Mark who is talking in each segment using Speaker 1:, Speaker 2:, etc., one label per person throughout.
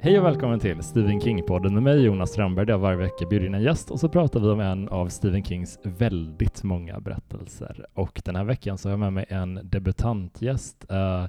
Speaker 1: Hej och välkommen till Stephen King-podden med mig Jonas Strömberg, där jag varje vecka bjuder in en gäst och så pratar vi om en av Stephen Kings väldigt många berättelser. Och den här veckan så har jag med mig en debutantgäst,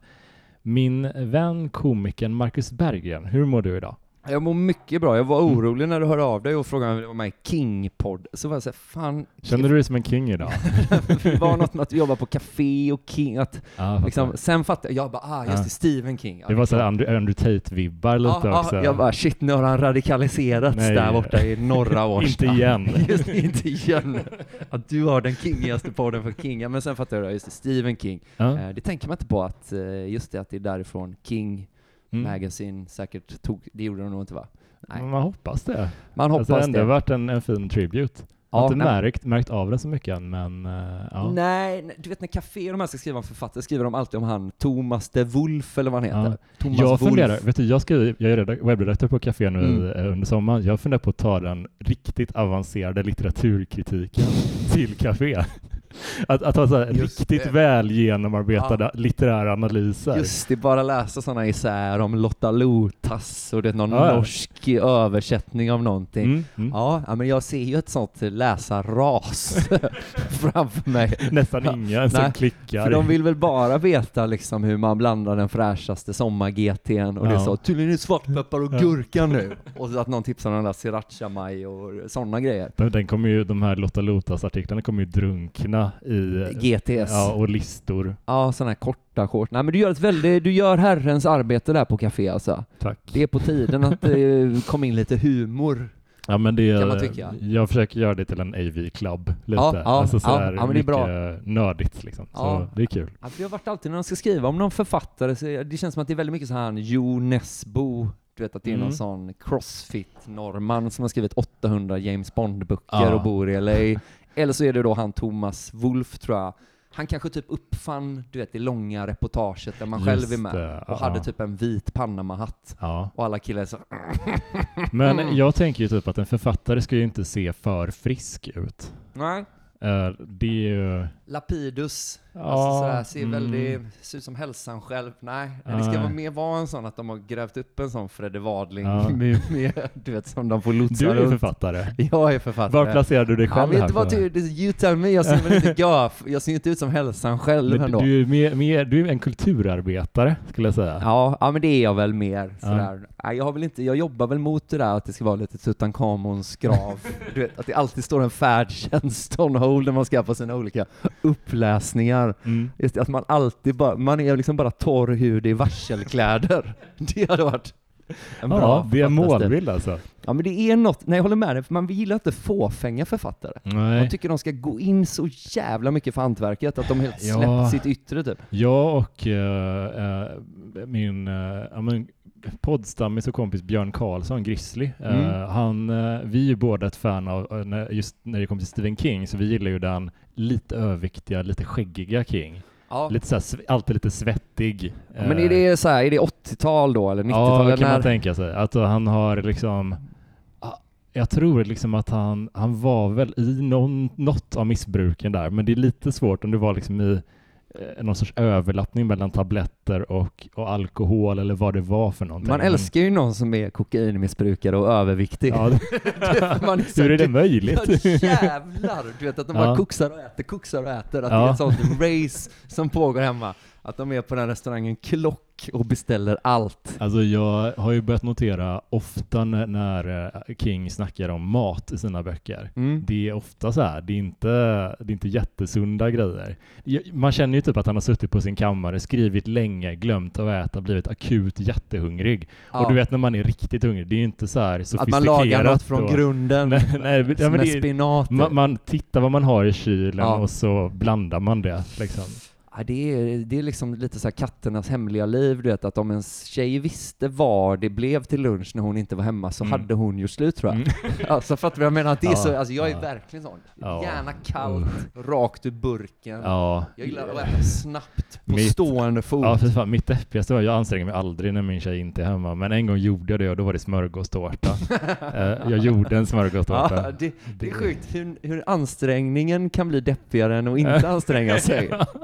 Speaker 1: min vän komikern Marcus Berggren. Hur mår du idag?
Speaker 2: Jag mår mycket bra. Jag var orolig när du hörde av dig och frågade om det var med i King-podd. Så var jag så här, fan...
Speaker 1: Känner du dig som en king idag?
Speaker 2: Det var något med att vi jobbar på café och King. Att, liksom, sen fattade jag bara, just det, Stephen King.
Speaker 1: Det var så här Andrew Tate-vibbar lite också.
Speaker 2: Jag bara, shit, nu har han radikaliserats där borta i norra Årsta.
Speaker 1: Inte igen.
Speaker 2: Just inte igen. Att du har den kingigaste podden för King. Men sen fattade jag, just det, Stephen King. Det tänker man inte på att just det, att det är därifrån King Magazine säkert det gjorde de nog inte, va? Nej.
Speaker 1: Man hoppas det.
Speaker 2: Man hoppas det.
Speaker 1: Det har varit en fin tribute. Jag har inte märkt av det så mycket än, men ja.
Speaker 2: Nej, du vet när café och de här ska skriva om författare skriver de alltid om han Thomas de Wolf eller vad han heter. Thomas
Speaker 1: jag
Speaker 2: Wolf.
Speaker 1: Funderar, vet du, jag är webbredaktör på café nu under sommaren. Jag funderar på att ta den riktigt avancerade litteraturkritiken till café. Att ha så här riktigt väl genomarbetade litterära analyser.
Speaker 2: Just det, bara läsa sådana isär om Lotta Lotas och det är någon norsk översättning av någonting. Ja, men jag ser ju ett sånt läsarras framför mig.
Speaker 1: Nästan ingen som klickar.
Speaker 2: För de vill väl bara veta liksom hur man blandar den fräschaste sommar-GT:n och det är så, tydligen är svartpeppar och gurka nu. Och så att någon tipsar om den där sriracha maj och sådana grejer.
Speaker 1: Den kommer ju, de här Lotta Lotas-artiklarna kommer ju drunkna i
Speaker 2: GTS.
Speaker 1: Ja, och listor.
Speaker 2: Ja, sådana här korta kort. Nej, men du gör herrens arbete där på café alltså.
Speaker 1: Tack.
Speaker 2: Det är på tiden att det kom in lite humor.
Speaker 1: Ja, men det
Speaker 2: kan man tycka.
Speaker 1: Jag försöker göra det till en AV-klubb lite.
Speaker 2: Alltså
Speaker 1: så här
Speaker 2: men det är bra.
Speaker 1: Nördigt liksom. Så det är kul.
Speaker 2: Ja, för jag har varit alltid när de ska skriva om någon författare, så det känns som att det är väldigt mycket så här Jo Nesbo. Du vet att det är någon sån crossfit-norman som har skrivit 800 James Bond-böcker och bor i LA. Eller så är det då han Thomas Wolf, tror jag. Han kanske typ uppfann, du vet, det långa reportaget där man själv är med. Och hade typ en vit Panama-hatt. Och alla killar så...
Speaker 1: Men jag tänker ju typ att en författare ska ju inte se för frisk ut.
Speaker 2: Nej.
Speaker 1: Det är ju...
Speaker 2: Lapidus. Alltså sådär, ser ut som hälsan själv. Nej, det ska vara en sån att de har grävt upp en sån Fredde Wadling med, du vet, som de får lotsa runt.
Speaker 1: Du är författare.
Speaker 2: Jag är författare.
Speaker 1: Var placerar du dig själv här?
Speaker 2: You tell me, jag ser väl inte jag ser inte ut som hälsan själv ändå.
Speaker 1: Du är en kulturarbetare, skulle jag säga.
Speaker 2: Ja, men det är jag väl mer sådär. Jag jobbar väl mot det där att det ska vara lite Tutankhamons grav. Du vet, att det alltid står en färdtjänst on hold när man ska på sina olika uppläsningar. Just det, att man alltid man är liksom bara torr hud i varselkläder. Det hade varit en bra
Speaker 1: det är en målbild alltså.
Speaker 2: Ja, men det är något, jag håller med dig, för man gillar inte fåfänga författare.
Speaker 1: Nej.
Speaker 2: Man tycker de ska gå in så jävla mycket för hantverket att de helt släppt sitt yttre typ.
Speaker 1: Jag och min poddstammis och kompis Björn Karlsson, Grizzly, vi är ju båda ett fan av, just när det kommer till Stephen King, så vi gillar ju den lite överviktiga, lite skäggiga King. Ja. Lite så här, alltid lite svettig.
Speaker 2: Men är det så här, är det 80-tal då eller 90-tal?
Speaker 1: Ja, det kan man tänka sig. Att han har liksom, jag tror liksom att han var väl i något av missbruken där, men det är lite svårt om det var liksom i någon sorts överlappning mellan tabletter och alkohol eller vad det var för någonting.
Speaker 2: Man älskar ju någon som är kokainmissbrukare och överviktig.
Speaker 1: Ja, hur är det möjligt?
Speaker 2: Ja, jävlar! Du vet att de bara koksar och äter. Att det är ett sånt race som pågår hemma. Att de är på den restaurangen Klock och beställer allt.
Speaker 1: Alltså jag har ju börjat notera ofta när King snackar om mat i sina böcker. Det är ofta så här, det är inte jättesunda grejer. Man känner ju typ att han har suttit på sin kammare, skrivit länge, glömt att äta, blivit akut jättehungrig. Ja. Och du vet när man är riktigt hungrig, det är ju inte så här sofistikerat.
Speaker 2: Att man lagar något från grunden med spinat.
Speaker 1: Man tittar vad man har i kylen och så blandar man det liksom.
Speaker 2: Ja, det är liksom lite så här katternas hemliga liv, du vet, att om en tjej visste vad det blev till lunch när hon inte var hemma så hade hon ju slut, tror jag. Alltså för att jag menar att det är så, alltså jag är verkligen sån. Gärna kallt, rakt ur burken. Jag gillar att äta snabbt på stående fot.
Speaker 1: Ja, för fan, mitt deppigaste var, jag anstränger mig aldrig när min tjej inte är hemma, men en gång gjorde jag det och då var det smörgåstårta. Jag gjorde en smörgåstårta.
Speaker 2: Ja, det är sjukt hur ansträngningen kan bli deppigare än att inte anstränga sig. Just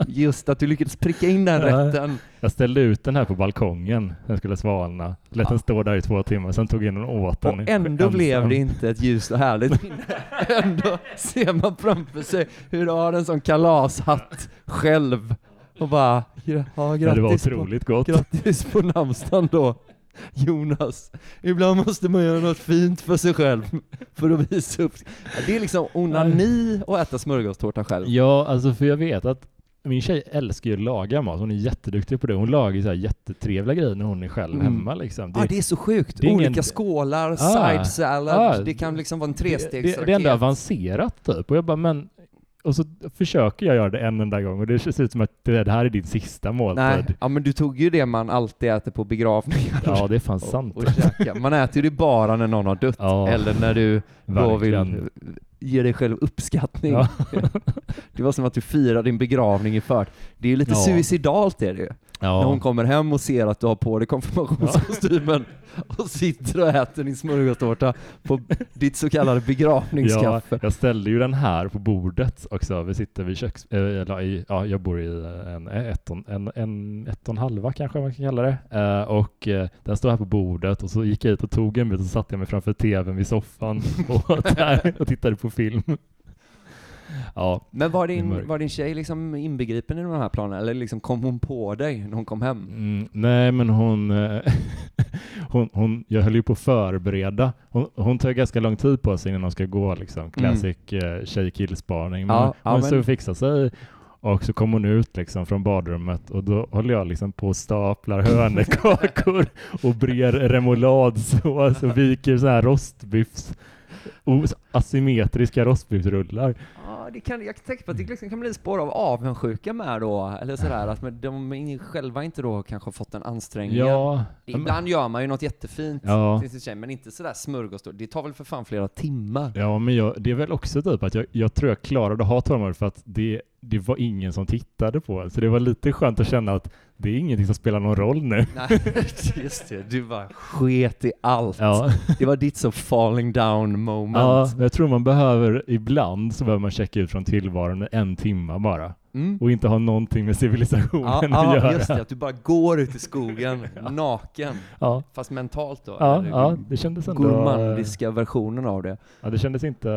Speaker 2: bäst att du lyckades pricka in den rätten.
Speaker 1: Jag ställde ut den här på balkongen. Den skulle svalna. Lät den stå där i 2 timmar. Sen tog in den och åt den.
Speaker 2: Och ändå blev det inte ett ljus och härligt minne. Ändå ser man framför sig hur du har en sån kalashatt själv. Och bara,
Speaker 1: det var otroligt gott.
Speaker 2: Grattis på namnsdagen då, Jonas. Ibland måste man göra något fint för sig själv för att visa upp. Det är liksom onani att äta smörgåstårta själv.
Speaker 1: Ja, alltså för jag vet att min tjej älskar ju att laga mat. Hon är jätteduktig på det. Hon lagar så här jättetrevliga grejer när hon är själv hemma. Liksom.
Speaker 2: Det är så sjukt. Olika skålar, side salad. Det kan liksom vara en 3-stegsraket.
Speaker 1: Det är ändå avancerat typ. Och jag bara, och så försöker jag göra det en enda gång och det ser ut som att det här är din sista måltid.
Speaker 2: Nej, ja, men du tog ju det man alltid äter på begravningar.
Speaker 1: Ja, det är fan sant.
Speaker 2: Och man äter ju det bara när någon har dött. Ja, eller när du då vill ge dig själv uppskattning. Ja. Det var som att du firar din begravning i förd. Det är ju lite suicidalt är det ju. Ja. När hon kommer hem och ser att du har på dig konfirmationskostymen och sitter och äter din smörgåstårta på ditt så kallade begravningskaffe.
Speaker 1: Ja, jag ställde ju den här på bordet också. Vi sitter vid jag bor i en 1,5 kanske man kan kalla det. Och den står här på bordet och så gick jag hit och tog en bit och så satte jag mig framför tvn vid soffan och tittade på film. Ja,
Speaker 2: men var din tjej liksom inbegripen i de här planerna eller liksom kom hon på dig när hon kom hem?
Speaker 1: Nej, men jag höll ju på att förbereda. Hon tar ganska lång tid på sig innan hon ska gå liksom classic tjej-killspaning. Men hon så fixa sig. Och så kom hon ut liksom från badrummet och då håller jag liksom på och staplar hönekakor och brer remouladsås och viker så här rostbiffs. Asymmetriska rostbiffsrullar.
Speaker 2: Ja, jag kan tänka på att det liksom kan bli spår av avundsjuka med då. Eller sådär, att de själva inte då kanske har fått en ansträngning. Ja, ibland gör man ju något jättefint till sin tjej, men inte sådär smörgåstårta. Det tar väl för fan flera timmar.
Speaker 1: Ja, men det är väl också typ att jag tror jag klarade att ha tålamod för att det var ingen som tittade på det. Så det var lite skönt att känna att det är ingenting som spelar någon roll nu.
Speaker 2: Nej, just det. Du bara sket i allt. Ja. Det var ditt så falling down moment.
Speaker 1: Ja, jag tror man behöver, ibland så behöver man checka ut från tillvaron 1 timme bara. Och inte ha någonting med civilisationen att göra.
Speaker 2: Ja, just det. Att du bara går ut i skogen naken. Ja. Fast mentalt då.
Speaker 1: Ja, det kändes ändå...
Speaker 2: Gourmandiska versionen av det.
Speaker 1: Ja, det kändes inte...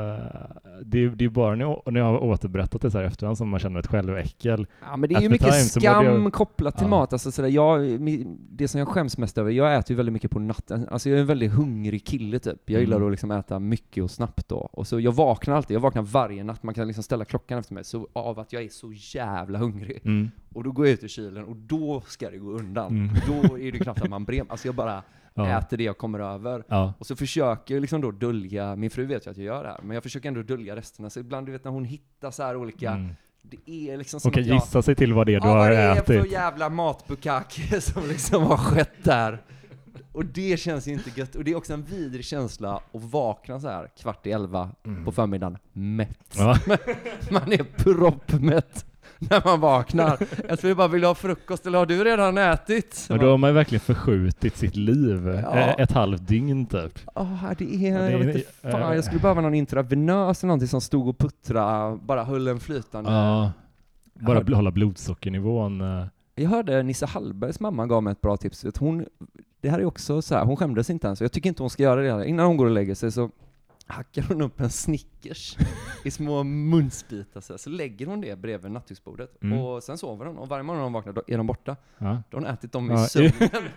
Speaker 1: Det är bara när jag har återberättat det så här efterhand som man känner ett själväckel.
Speaker 2: Ja, men det är ju mycket skam kopplat till mat. Alltså, sådär, det som jag skäms mest över, jag äter ju väldigt mycket på natten. Alltså jag är en väldigt hungrig kille typ. Jag gillar att liksom äta mycket och snabbt då. Och så jag vaknar varje natt. Man kan liksom ställa klockan efter mig. Så av att jag är så jävla hungrig. Och då går jag ut ur kylen och då ska det gå undan. Då är det knappt att man alltså jag bara äter det jag kommer över. Och så försöker jag liksom då dölja, min fru vet ju att jag gör det här, men jag försöker ändå dölja resterna. Så ibland, du vet, när hon hittar så här olika... Det är liksom som
Speaker 1: hon kan gissa sig till vad det är du har ätit.
Speaker 2: Vad är för jävla matbukake som liksom har skett där. Och det känns ju inte gött. Och det är också en vidrig känsla att vakna så här 10:15 på förmiddagen mätt. Ja. Man är proppmätt när man vaknar. Jag tror bara, vill ha frukost eller har du redan ätit?
Speaker 1: Men då har man ju verkligen förskjutit sitt liv. Ett halvt dygn typ.
Speaker 2: Jag vet inte, fan, jag skulle behöva någon intravenös eller någonting som stod och puttra, bara höll en flytande.
Speaker 1: Ja, bara hålla blodsockernivån.
Speaker 2: Jag hörde Nisse Hallbergs mamma gav mig ett bra tips. Det här är också så här, hon skämdes inte ens. Jag tycker inte hon ska göra det. Innan hon går och lägger sig så hackar hon upp en Snickers i små munsbitar så lägger hon det bredvid nattduksbordet och sen sover hon och varje morgon hon vaknar då är de borta. Då har hon ätit dem i sömnen.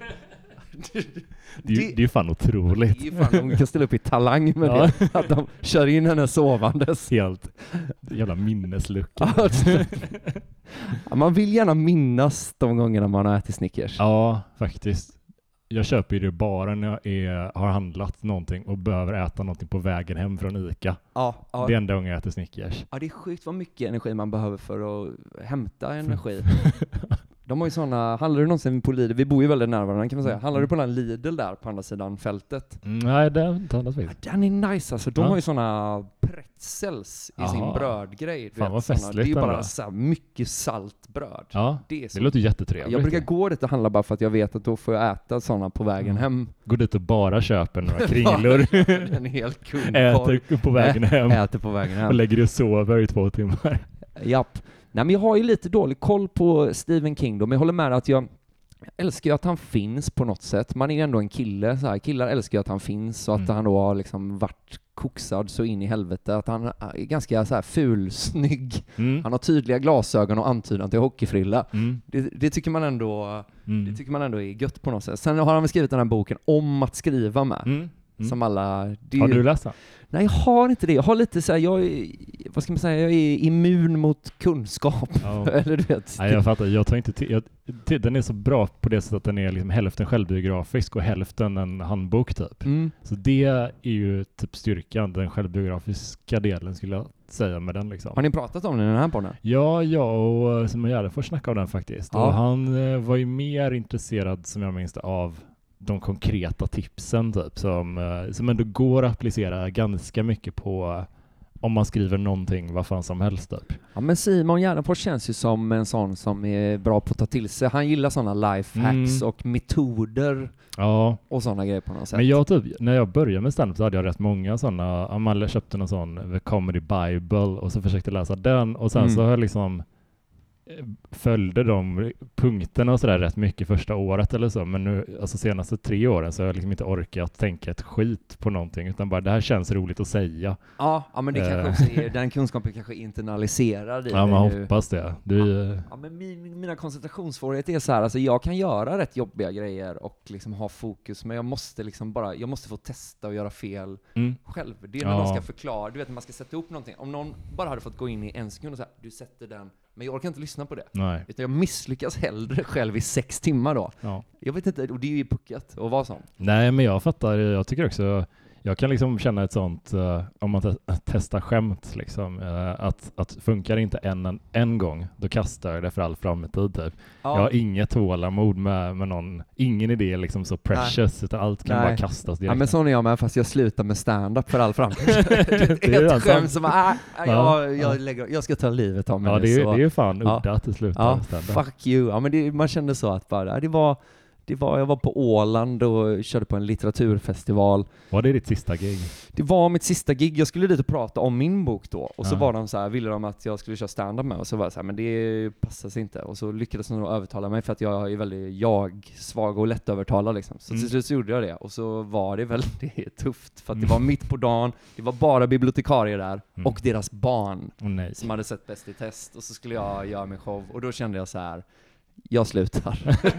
Speaker 1: Det är ju fan otroligt.
Speaker 2: Det är fan, hon kan ställa upp i talang med det. Att de kör in henne sovandes.
Speaker 1: Helt jävla minneslucka.
Speaker 2: Man vill gärna minnas de gångerna man har ätit Snickers.
Speaker 1: Ja, faktiskt. Jag köper ju det bara när jag har handlat någonting och behöver äta någonting på vägen hem från Ica. Det är enda gången jag äter Snickers.
Speaker 2: Ja, det är sjukt vad mycket energi man behöver för att hämta energi. De har ju sådana, handlar du någonsin på Lidl? Vi bor ju väldigt nära varandra kan man säga. Handlar du på den Lidl där på andra sidan fältet?
Speaker 1: Nej, det har inte handlat vid.
Speaker 2: Den är nice alltså. De har ju sådana pretzels i sin brödgrej.
Speaker 1: Fan vad festligt.
Speaker 2: Det är ju bara så här mycket salt bröd.
Speaker 1: Ja, det låter jättetrevligt.
Speaker 2: Jag brukar gå dit och handla bara för att jag vet att då får jag äta sådana på vägen hem.
Speaker 1: Gå dit och bara köper några kringlor.
Speaker 2: En helt kund.
Speaker 1: Äter på vägen hem.
Speaker 2: Äter på vägen hem.
Speaker 1: Och lägger dig och sover i 2 timmar.
Speaker 2: Japp. Nej, men jag har ju lite dålig koll på Stephen King då, men jag håller med att jag älskar ju att han finns på något sätt. Man är ju ändå en kille, så här. Killar älskar ju att han finns och att han då har liksom varit koksad så in i helvete, att han är ganska så här fulsnygg. Han har tydliga glasögon och antydan till hockeyfrilla. Det tycker man ändå det tycker man ändå är gött på något sätt. Sen har han skrivit den här boken om att skriva med. Som alla...
Speaker 1: Har du läst den?
Speaker 2: Nej, jag har inte det. Jag har lite så här, vad ska man säga, jag är immun mot kunskap.
Speaker 1: Ja.
Speaker 2: Eller du vet.
Speaker 1: Nej, jag fattar. Jag tar inte den är så bra på det sättet att den är liksom hälften självbiografisk och hälften en handbok typ. Så det är ju typ styrkan, den självbiografiska delen skulle jag säga med den liksom.
Speaker 2: Har ni pratat om den i den här podden?
Speaker 1: Ja, jag och Simon Gärdenfors snackade om den faktiskt.
Speaker 2: Ja.
Speaker 1: Och han var ju mer intresserad, som jag minns det, av de konkreta tipsen typ, som ändå går att applicera ganska mycket på om man skriver någonting, vad fan som helst typ.
Speaker 2: Ja, men Simon Gärdenfors känns ju som en sån som är bra på att ta till sig. Han gillar sådana lifehacks och metoder och sådana grejer på något sätt.
Speaker 1: Men jag typ, när jag började med stand-up så hade jag rätt många sådana. Amalia köpte någon sån The Comedy Bible och så försökte läsa den och sen så har jag liksom följde de punkterna och sådär rätt mycket första året eller så, men nu, alltså senaste 3 åren så har jag liksom inte orkat tänka ett skit på någonting, utan bara det här känns roligt att säga.
Speaker 2: Ja men det kanske också är, den kunskapen kanske internaliserad i
Speaker 1: ja, man
Speaker 2: nu.
Speaker 1: hoppas det.
Speaker 2: Ja, men mina koncentrationssvårigheter är så här, alltså jag kan göra rätt jobbiga grejer och liksom ha fokus, men jag måste liksom jag måste få testa och göra fel själv. Det är när man ska förklara, du vet, man ska sätta upp någonting. Om någon bara hade fått gå in i en sekund och säga, du sätter den, men jag orkar inte lyssna på det.
Speaker 1: Nej.
Speaker 2: Utan jag misslyckas hellre själv i 6 timmar då. Ja. Jag vet inte, och det är ju puckat och vad sånt.
Speaker 1: Nej, men jag fattar, jag tycker också, jag kan liksom känna ett sånt, om man testar skämt liksom, att funkar inte en gång, då kastar jag det för all framtid typ. Ja. Jag har inget tålamod med någon, ingen idé liksom så precious, utan allt kan bara kastas direkt.
Speaker 2: Ja, men sån är jag med, fast jag slutar med stand-up för all framtid.
Speaker 1: Det är
Speaker 2: ett skämt som jag ska ta livet av mig.
Speaker 1: Ja, det är ju fan udda att det slutar med stand-up.
Speaker 2: Fuck you. Ja, men man kände så att bara, jag var på Åland och körde på en litteraturfestival.
Speaker 1: Var det ditt sista gig?
Speaker 2: Det var mitt sista gig. Jag skulle dit och prata om min bok då. Och så var de så här, ville de att jag skulle köra stand-up med. Och så var jag så här, men det passar sig inte. Och så lyckades de övertala mig, för att jag är väldigt svag och lättövertalad liksom. Så till slut så gjorde jag det. Och så var det väldigt tufft. För att det var mitt på dagen. Det var bara bibliotekarier där. Och deras barn som hade sett Bäst i test. Och så skulle jag göra min show. Och då kände jag så här, jag slutar.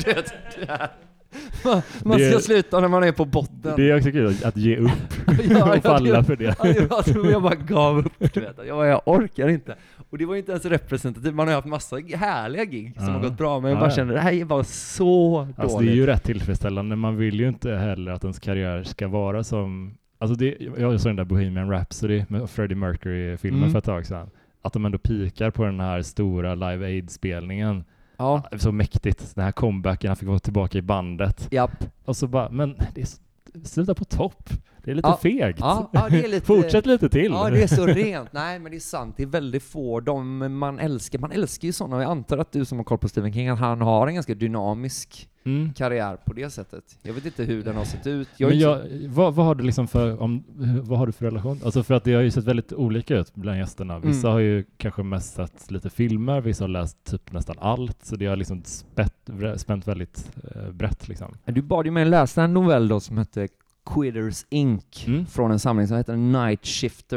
Speaker 2: Man ska sluta när man är på botten.
Speaker 1: Det är också kul att ge upp och falla för det.
Speaker 2: Jag bara gav upp. Jag orkar inte. Och det var inte ens representativt. Man har haft massa härliga gig som har gått bra, men jag bara kände, det här var så dåligt.
Speaker 1: Alltså det är ju rätt tillfredsställande. Man vill ju inte heller att ens karriär ska vara som... Alltså jag såg den där Bohemian Rhapsody med Freddie Mercury-filmen för ett tag sedan. Att de ändå pikar på den här stora Live Aid-spelningen. Ja. Så mäktigt. Den här comebacken, han fick vara tillbaka i bandet.
Speaker 2: Japp.
Speaker 1: Och så bara, men det är sluta på topp. Det är lite fegt.
Speaker 2: Ja, det är lite,
Speaker 1: fortsätt lite till.
Speaker 2: Ja, det är så rent. Nej, men det är sant. Det är väldigt få. Man älskar ju sådana. Och jag antar att du som har koll på Stephen King, att han har en ganska dynamisk karriär på det sättet. Jag vet inte hur den har sett ut.
Speaker 1: Vad har du liksom vad har du för relation? Alltså för att det har ju sett väldigt olika ut bland gästerna. Vissa har ju kanske mest sett lite filmer, vissa har läst typ nästan allt. Så det har liksom spänt väldigt brett liksom.
Speaker 2: Du bad ju mig läsa en novell då som hette Quitters Inc. Från en samling som heter Night Shift.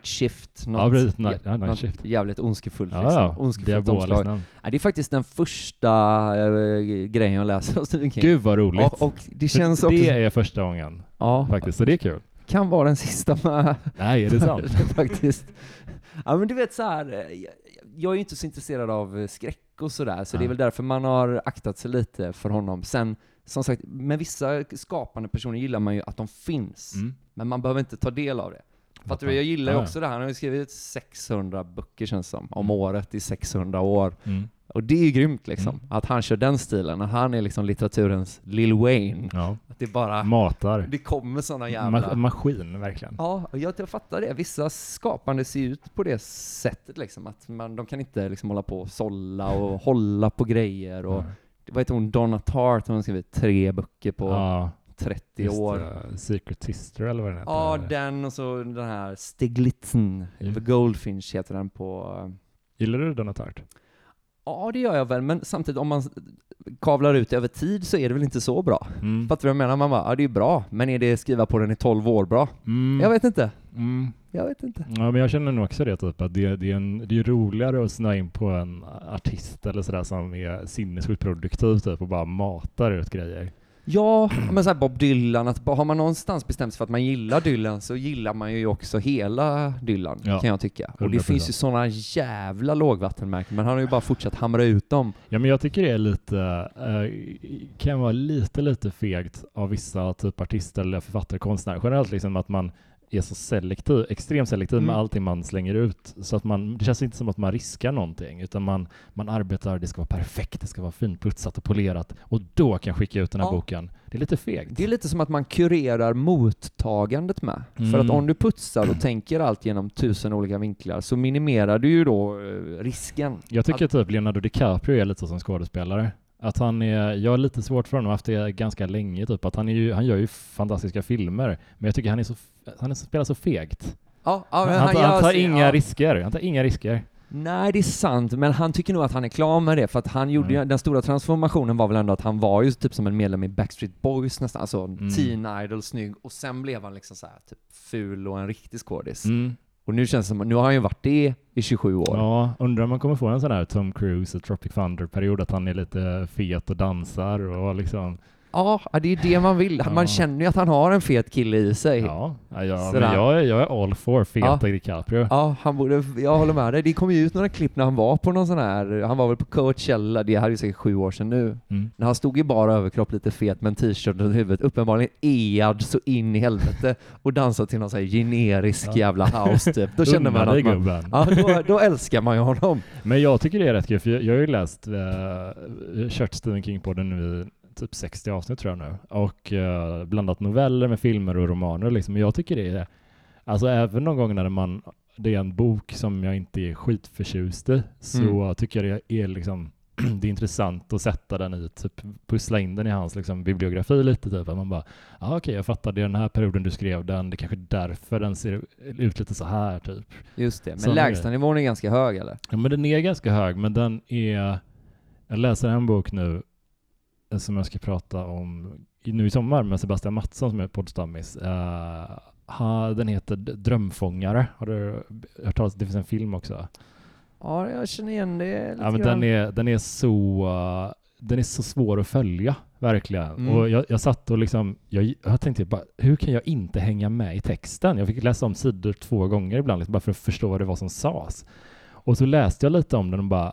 Speaker 2: Night Shift. Jävligt ondskefullt.
Speaker 1: Ondskefullt omslag.
Speaker 2: Det är faktiskt den första grejen jag läser av Stephen King.
Speaker 1: Gud vad roligt.
Speaker 2: Och det känns också...
Speaker 1: Det är första gången. Ja. Faktiskt, så det är kul.
Speaker 2: Kan vara den sista med...
Speaker 1: Nej, är det sant?
Speaker 2: Faktiskt. Ja, men du vet så här, jag är ju inte så intresserad av skräck och sådär, så det är väl därför man har aktat sig lite för honom. Sen som sagt, med vissa skapande personer gillar man ju att de finns. Men man behöver inte ta del av det. För jag gillar ju också det här. Han har ju skrivit 600 böcker känns som, om året i 600 år. Och det är ju grymt liksom. Att han kör den stilen. Att han är liksom litteraturens Lil Wayne.
Speaker 1: Ja.
Speaker 2: Att det bara...
Speaker 1: matar.
Speaker 2: Det kommer såna jävla...
Speaker 1: Maskin, verkligen.
Speaker 2: Ja, jag fattar det. Vissa skapande ser ut på det sättet liksom. Att de kan inte liksom hålla på och sålla och hålla på grejer och... Vad heter hon? Donna Tartt, hon har skrivit 3 böcker på 30 år.
Speaker 1: Secret Sister eller vad den heter.
Speaker 2: Ja, den och så den här Stiglitzen. The Goldfinch heter den på
Speaker 1: Gillar du Donna Tartt?
Speaker 2: Ja, det gör jag väl, men samtidigt om man kavlar ut över tid så är det väl inte så bra. Fattar du vad jag menar? Man bara, ja det är bra, men är det skriva på den i 12 år bra? Jag vet inte. Jag vet inte.
Speaker 1: Ja, men jag känner nog också det typ, att det är roligare att snöa in på en artist eller sådär som är sinnessjukt produktiv typ, och bara matar ut grejer.
Speaker 2: Ja, men så här Bob Dylan, att har man någonstans bestämt sig för att man gillar Dylan så gillar man ju också hela Dylan, kan jag tycka. Och det 100%. Finns ju sådana jävla lågvattenmärken, men han har ju bara fortsatt hamra ut dem. Ja,
Speaker 1: men jag tycker det är lite, kan vara lite fegt av vissa typ artister eller författare, konstnärer. Generellt liksom att man är så selektiv, extremt selektiv med allting man slänger ut, så att det känns inte som att man riskar någonting, utan man arbetar, det ska vara perfekt, det ska vara finputsat och polerat, och då kan jag skicka ut den här boken. Det är lite fegt.
Speaker 2: Det är lite som att man kurerar mottagandet med. För att om du putsar och tänker allt genom 1000 olika vinklar så minimerar du ju då risken.
Speaker 1: Jag tycker typ Leonardo DiCaprio är lite som skådespelare. Att jag är lite svårt för honom efter det ganska länge typ, att han gör ju fantastiska filmer, men jag tycker han spelar så fegt. Han tar inga risker.
Speaker 2: Nej, det är sant, men han tycker nog att han är klar med det, för att han gjorde den stora transformationen var väl ändå att han var ju typ som en medlem i Backstreet Boys nästan, alltså teen idol, snygg, och sen blev han liksom så här typ ful och en riktig skådis. Och nu känns det som, nu har han ju varit det i 27 år.
Speaker 1: Ja, undrar om man kommer få en sån här Tom Cruise och Tropic Thunder-period, att han är lite fet och dansar och liksom...
Speaker 2: Ja, det är det man vill. Man känner ju att han har en fet kille i sig.
Speaker 1: Ja, men jag är all for feta DiCaprio.
Speaker 2: Ja, jag håller med dig. Det kom ju ut några klipp när han var på någon sån här, han var väl på Coachella, det här är ju säkert 7 år sedan nu. När han stod i bara överkropp, lite fet med en t-shirt under huvudet, uppenbarligen ead så in i helvete, och dansade till någon sån här generisk jävla house typ. Då känner man att man, då älskar man ju honom.
Speaker 1: Men jag tycker det är rätt kul, för jag har ju läst kört Stephen King-podden nu typ 60 avsnitt tror jag nu, och blandat noveller med filmer och romaner liksom. Men jag tycker det är, alltså även någon gång när det är en bok som jag inte är skitförtjust i, så tycker jag det är liksom det är intressant att sätta den i, typ pussla in den i hans liksom bibliografi lite typ, att man bara, okej, jag fattar, det är den här perioden du skrev den, det kanske är därför den ser ut lite så här typ.
Speaker 2: Just det, men lägstanivån är ganska hög eller?
Speaker 1: Ja, men den är ganska hög, men den är, jag läser en bok nu som jag ska prata om nu i sommar med Sebastian Mattsson som är poddstammis. Den heter Drömfångare. Har du hört talas? Det finns en film också.
Speaker 2: Ja, jag känner igen det lite
Speaker 1: men den är så svår att följa, verkligen. Och jag satt och liksom, jag tänkte bara, hur kan jag inte hänga med i texten? Jag fick läsa om sidor 2 gånger ibland, liksom, bara för att förstå vad det var som sades. Och så läste jag lite om den och bara,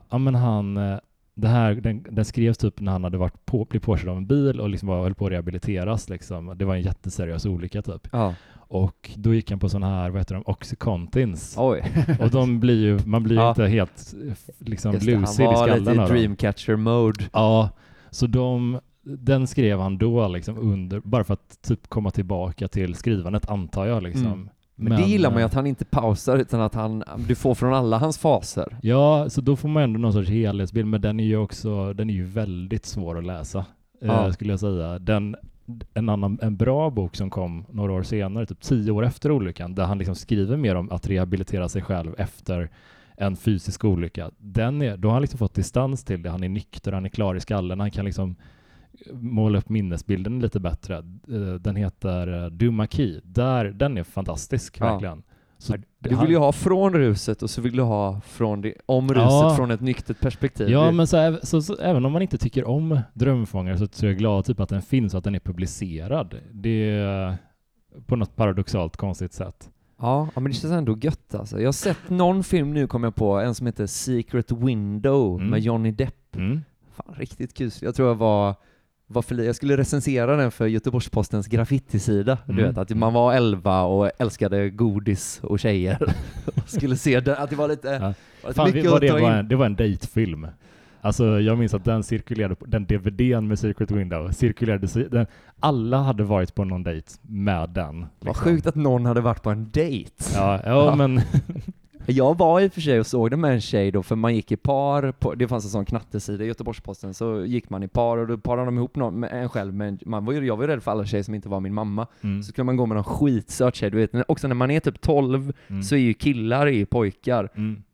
Speaker 1: den skrevs typ när han hade blivit påkörd av en bil och liksom höll på att rehabiliteras liksom. Det var en jätteseriös olycka typ. Ja. Och då gick han på sån här, vad heter de, Oxycontins.
Speaker 2: Oj.
Speaker 1: Och man blir ju inte helt liksom lucid i skallen.
Speaker 2: Han var lite i dreamcatcher mode.
Speaker 1: Ja, så den skrev han då liksom bara för att typ komma tillbaka till skrivandet, antar jag liksom.
Speaker 2: Men det gillar man ju, att han inte pausar, utan att du får från alla hans faser.
Speaker 1: Ja, så då får man ändå någon sorts helhetsbild, men den är ju väldigt svår att läsa, skulle jag säga. En bra bok som kom några år senare, typ 10 år efter olyckan, där han liksom skriver mer om att rehabilitera sig själv efter en fysisk olycka. Då har han liksom fått distans till det, han är nykter, han är klar i skallen, han kan liksom måla upp minnesbilden lite bättre. Den heter Dumaki. Den är fantastisk, verkligen. Så
Speaker 2: du vill ju ha från ruset, och så vill du ha om ruset från ett nyktert perspektiv.
Speaker 1: Ja, men så även om man inte tycker om Drömfångare, så är jag glad typ att den finns och att den är publicerad. Det är på något paradoxalt konstigt sätt.
Speaker 2: Ja, men det känns ändå gött alltså. Jag har sett någon film nu, kom jag på, en som heter Secret Window med Johnny Depp. Fan, riktigt kul. Jag tror jag skulle recensera den för Göteborgs-Postens graffitisida. Du vet, att man var 11 och älskade godis och tjejer. Och skulle se den, att det var lite, mycket att ta in.
Speaker 1: Det var en datefilm. Alltså jag minns att den cirkulerade, den DVD:n med Secret Window cirkulerade, alla hade varit på någon dejt med den. Liksom.
Speaker 2: Vad sjukt att någon hade varit på en dejt.
Speaker 1: Ja. Men
Speaker 2: jag var i och för sig och såg det med en tjej då, för man gick i par, det fanns en sån knattesida i Göteborgs-Posten, så gick man i par och då parade de ihop med en själv, men jag var ju rädd för alla tjejer som inte var min mamma. Så skulle man gå med någon skitsöt tjej, du vet, också när man är typ 12 så är ju killar pojkar.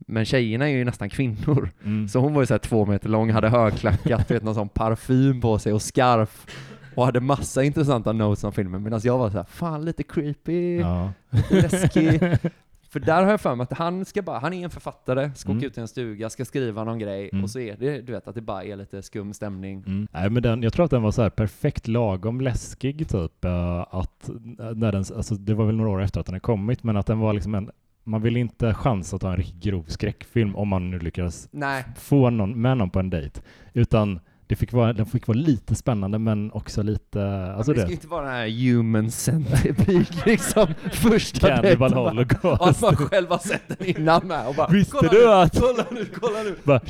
Speaker 2: Men tjejerna är ju nästan kvinnor.
Speaker 1: Mm.
Speaker 2: Så hon var ju så här 2 meter lång, hade högklackat, vet, någon sån parfym på sig och scarf. Och hade massa intressanta notes om filmen. Medan jag var så här, fan lite creepy, lite läskig. För där har jag för mig att han är en författare, ska åka ut i en stuga, ska skriva någon grej och så är det, du vet, att det bara är lite skum stämning.
Speaker 1: Nej, men jag tror att den var så här perfekt lagom läskig typ, att när den, alltså det var väl några år efter att den har kommit, men att den var liksom man vill inte chansa att ta en riktigt grov skräckfilm om man nu lyckas få någon på en dejt, utan den fick vara lite spännande men också lite... Alltså
Speaker 2: det ska inte vara den här human centipede liksom första
Speaker 1: Cannibal Holocaust.
Speaker 2: Och att man själv har sett den innan med och bara...
Speaker 1: Visste du att...
Speaker 2: Kolla nu!
Speaker 1: Bara,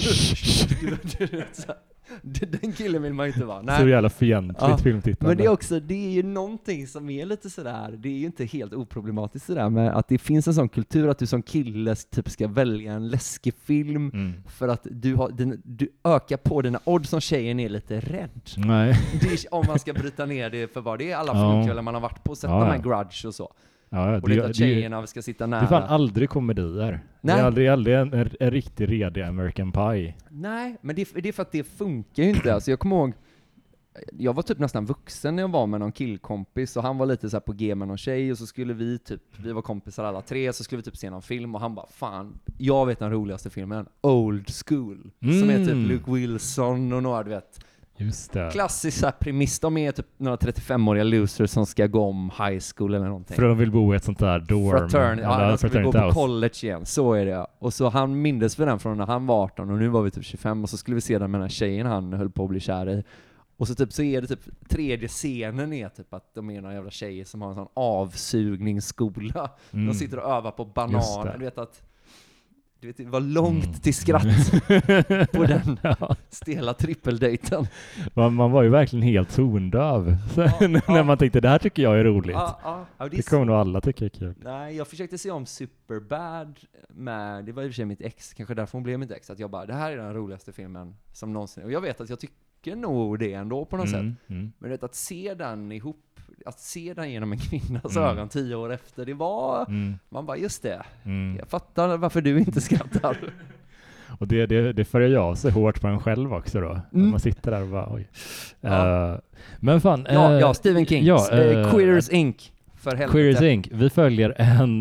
Speaker 2: den killen vill man inte vara.
Speaker 1: Nej. Så jävla fientligt filmtittande.
Speaker 2: Men det är ju någonting som är lite sådär, det är ju inte helt oproblematiskt sådär med att det finns en sån kultur att du som kille typ ska välja en läskig film för att du ökar på dina odds som tjejen är lite rädd.
Speaker 1: Nej.
Speaker 2: Om man ska bryta ner det för vad det är alla filmkvällar man har varit på, sätta med Grudge och så.
Speaker 1: Ja,
Speaker 2: och det att tjejerna ska sitta nära.
Speaker 1: Det är fan aldrig komedier. Nej. Det är aldrig en riktigt redig American Pie.
Speaker 2: Nej, men det är för att det funkar ju inte. Alltså jag kommer ihåg, jag var typ nästan vuxen när jag var med någon killkompis och han var lite så här på G med någon tjej och så skulle vi var kompisar alla tre, så skulle vi typ se någon film och han bara, fan, jag vet den roligaste filmen, Old School, som är typ Luke Wilson och några, du vet.
Speaker 1: Just det.
Speaker 2: Klassisk premiss, de är typ några 35-åriga losers som ska gå om high school eller någonting.
Speaker 1: För de vill bo i ett sånt där dorm.
Speaker 2: De ska gå på college igen, så är det. Och så han mindes för den från när han var 18 och nu var vi typ 25 och så skulle vi se den med den här tjejen han höll på att bli kär i. Och så typ så är det typ tredje scenen är typ att de är några jävla tjejer som har en sån avsugningsskola. De sitter och övar på bananer, du vet att det var långt till skratt på den stela trippeldejten.
Speaker 1: Man var ju verkligen helt tondöv när man tänkte, det här tycker jag är roligt. Det kommer nog alla tycka är kul.
Speaker 2: Nej, jag försökte se om Superbad med, det var i och för sig mitt ex, kanske därför hon blev mitt ex, att jag bara, det här är den roligaste filmen som någonsin, och jag vet att jag tycker nog det ändå på något sätt. Men att se den ihop, att se den genom en kvinnas ögon 10 år efter, det var man bara, just det, jag fattar varför du inte skrattar.
Speaker 1: Och det följer jag så hårt på en själv också då. Man sitter där och bara, oj. Men fan.
Speaker 2: Stephen King. Queers Inc. För helvete.
Speaker 1: Queers Inc. Vi följer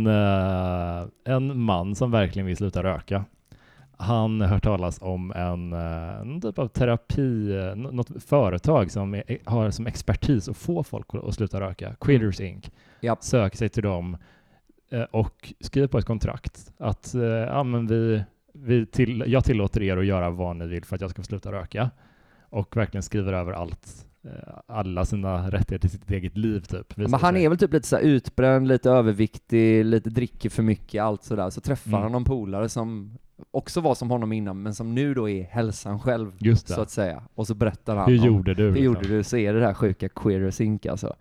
Speaker 1: en man som verkligen vill sluta röka. Han har hört talas om en typ av terapi, något företag som har som expertis att få folk att sluta röka. Quitters Inc.
Speaker 2: Yep.
Speaker 1: Söker sig till dem och skriver på ett kontrakt att jag tillåter er att göra vad ni vill för att jag ska få sluta röka. Och verkligen skriver över alla sina rättigheter till sitt eget liv typ.
Speaker 2: Men han är väl typ lite så här utbränd, lite överviktig, lite dricker för mycket, allt sådär. Så träffar han någon polare som också var som honom innan, men som nu då är hälsan själv, så att säga. Och så berättar han
Speaker 1: hur gjorde du?
Speaker 2: Så är det här sjuka Queers Inc. alltså.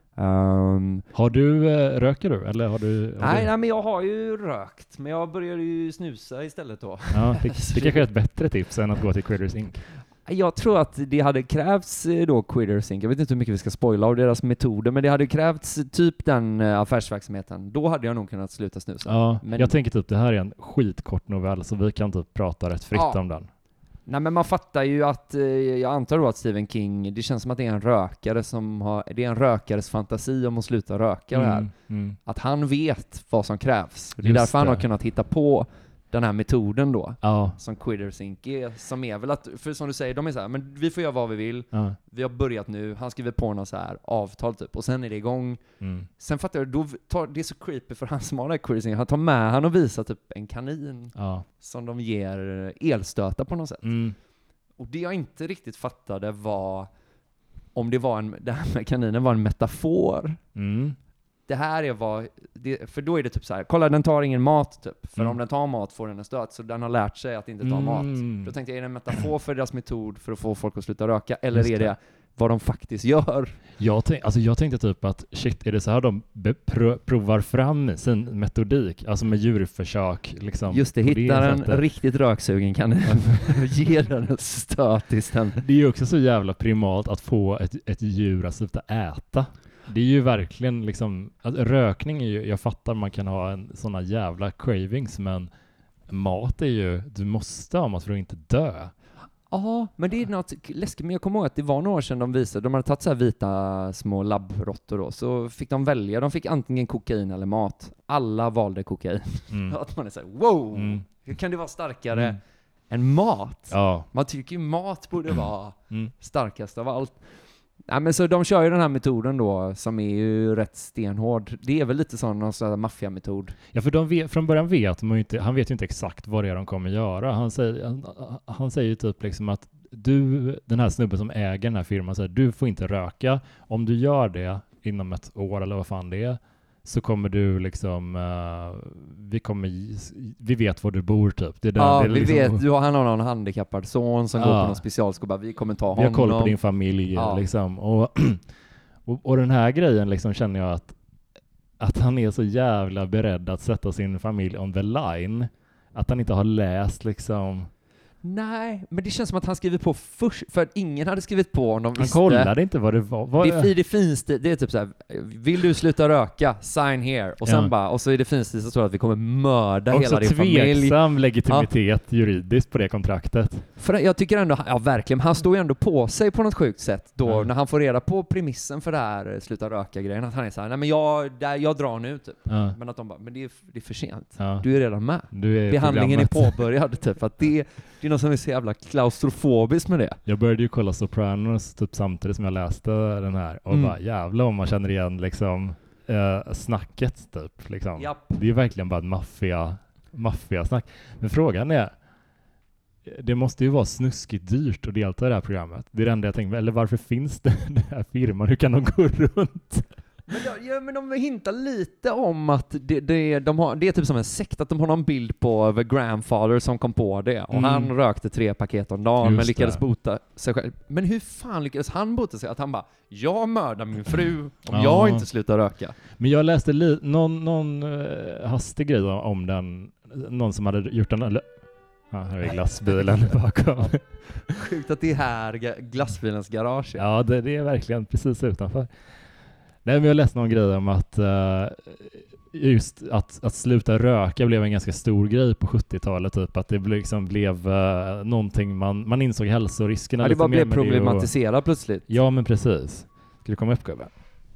Speaker 1: Har du, röker du? Eller har du?
Speaker 2: Nej, men jag har ju rökt, men jag började ju snusa istället då.
Speaker 1: Ja, det kanske är ett bättre tips än att gå till Quitters Inc.
Speaker 2: Jag tror att det hade krävts då Quitters Inc. Jag vet inte hur mycket vi ska spoila av deras metoder, men det hade krävts typ den affärsverksamheten. Då hade jag nog kunnat sluta snusa.
Speaker 1: Ja, men jag tänker typ det här är en skitkort novell så vi kan typ prata rätt fritt om den.
Speaker 2: Nej, men man fattar ju att, jag antar då att Stephen King, det känns som att det är en rökare det är en rökares fantasi om att sluta röka det här. Att han vet vad som krävs. Det är därför han har kunnat hitta på den här metoden då, som Quitters Inc. är, som är väl att, för som du säger, de är så här, men vi får göra vad vi vill, vi har börjat nu, han skriver på något så här avtal typ, och sen är det igång. Sen fattar jag, det är så creepy för han som har det här Quitters Inc. Han tar med han och visar typ en kanin som de ger elstötar på något sätt. Och det jag inte riktigt fattade var om det här med kaninen var en metafor. Det här är för då är det typ så här, kolla, den tar ingen mat typ, för om den tar mat får den en stöt, så den har lärt sig att inte ta mat. Då tänkte jag, är det en metafor för deras metod för att få folk att sluta röka, eller är det vad de faktiskt gör?
Speaker 1: Jag tänkte typ att shit, är det så här de provar fram sin metodik, alltså med djurförsök liksom.
Speaker 2: Just det, hittar en riktigt röksugen kan ge den en stöt istället.
Speaker 1: Det är ju också så jävla primalt att få ett djur att sluta äta. Det är ju verkligen liksom, alltså, rökning är ju, jag fattar man kan ha såna jävla cravings, men mat är ju, du måste ha mat för att inte dö.
Speaker 2: Ja, men det är något läskigt. Men jag kommer ihåg att det var några år sedan de hade tagit så här vita små labbråttor då, så fick de välja. De fick antingen kokain eller mat. Alla valde kokain. Att man är så här, wow! Hur kan det vara starkare än mat?
Speaker 1: Ja.
Speaker 2: Man tycker ju mat borde vara starkast av allt. Nej, men så de kör ju den här metoden då, som är ju rätt stenhård. Det är väl lite sån någon sån här maffiametod.
Speaker 1: Ja, för från början vet man ju inte, han vet ju inte exakt vad det är de kommer göra. Han säger ju typ liksom att den här snubben som äger den här firman säger, du får inte röka. Om du gör det inom ett år eller vad fan det är, så kommer du liksom, vi vet var du bor typ. Det där,
Speaker 2: ja,
Speaker 1: det är
Speaker 2: vi
Speaker 1: liksom,
Speaker 2: vet, han har någon handikappad son som går på någon specialskola, vi kommer ta honom.
Speaker 1: Vi har koll på din familj liksom. Och den här grejen liksom känner jag att han är så jävla beredd att sätta sin familj on the line, att han inte har läst liksom.
Speaker 2: Nej, men det känns som att han skrivit på först, för att ingen hade skrivit på om de visste.
Speaker 1: Han kollade inte vad det var.
Speaker 2: Det finns det är typ så här, vill du sluta röka? Sign here. Och sen och så är det finns så att vi kommer mörda hela din familj.
Speaker 1: Också tveksam legitimitet juridiskt på det kontraktet.
Speaker 2: För jag tycker ändå, verkligen, han står ju ändå på sig på något sjukt sätt då när han får reda på premissen för det här sluta röka-grejen, att han är så här, nej men jag drar nu typ. Men att de bara, men det är för sent. Du är redan med. Behandlingen är påbörjad typ, att det är något som är så jävla klaustrofobiskt med det. Jag började ju kolla Sopranos typ samtidigt som jag läste den här och bara jävlar om man känner igen liksom snacket typ liksom. Japp. Det är verkligen bara en maffia-snack. Men frågan är, det måste ju vara snuskigt dyrt att delta i det här programmet. Det är det enda jag tänker, eller varför finns det den här firman? Hur kan de gå runt? Men de hintar lite om att det är typ som en sekt, att de har någon bild på The Grandfather som kom på det. Och han rökte 3 paket om dagen men lyckades bota sig själv. Men hur fan lyckades han bota sig? Att han bara, jag mördar min fru om jag inte slutar röka. Men jag läste någon hastig grej om den. Någon som hade gjort en... här är glassbilen bakom. Sjukt att det är här glassbilens garage. Ja, det är verkligen precis utanför. Nej, men jag läste någon grej om att just att sluta röka blev en ganska stor grej på 70-talet typ, att det liksom blev någonting man insåg hälsoriskerna. Ja, det bara blev problematiserat plötsligt. Ja, men precis. Ska du komma upp, gubben?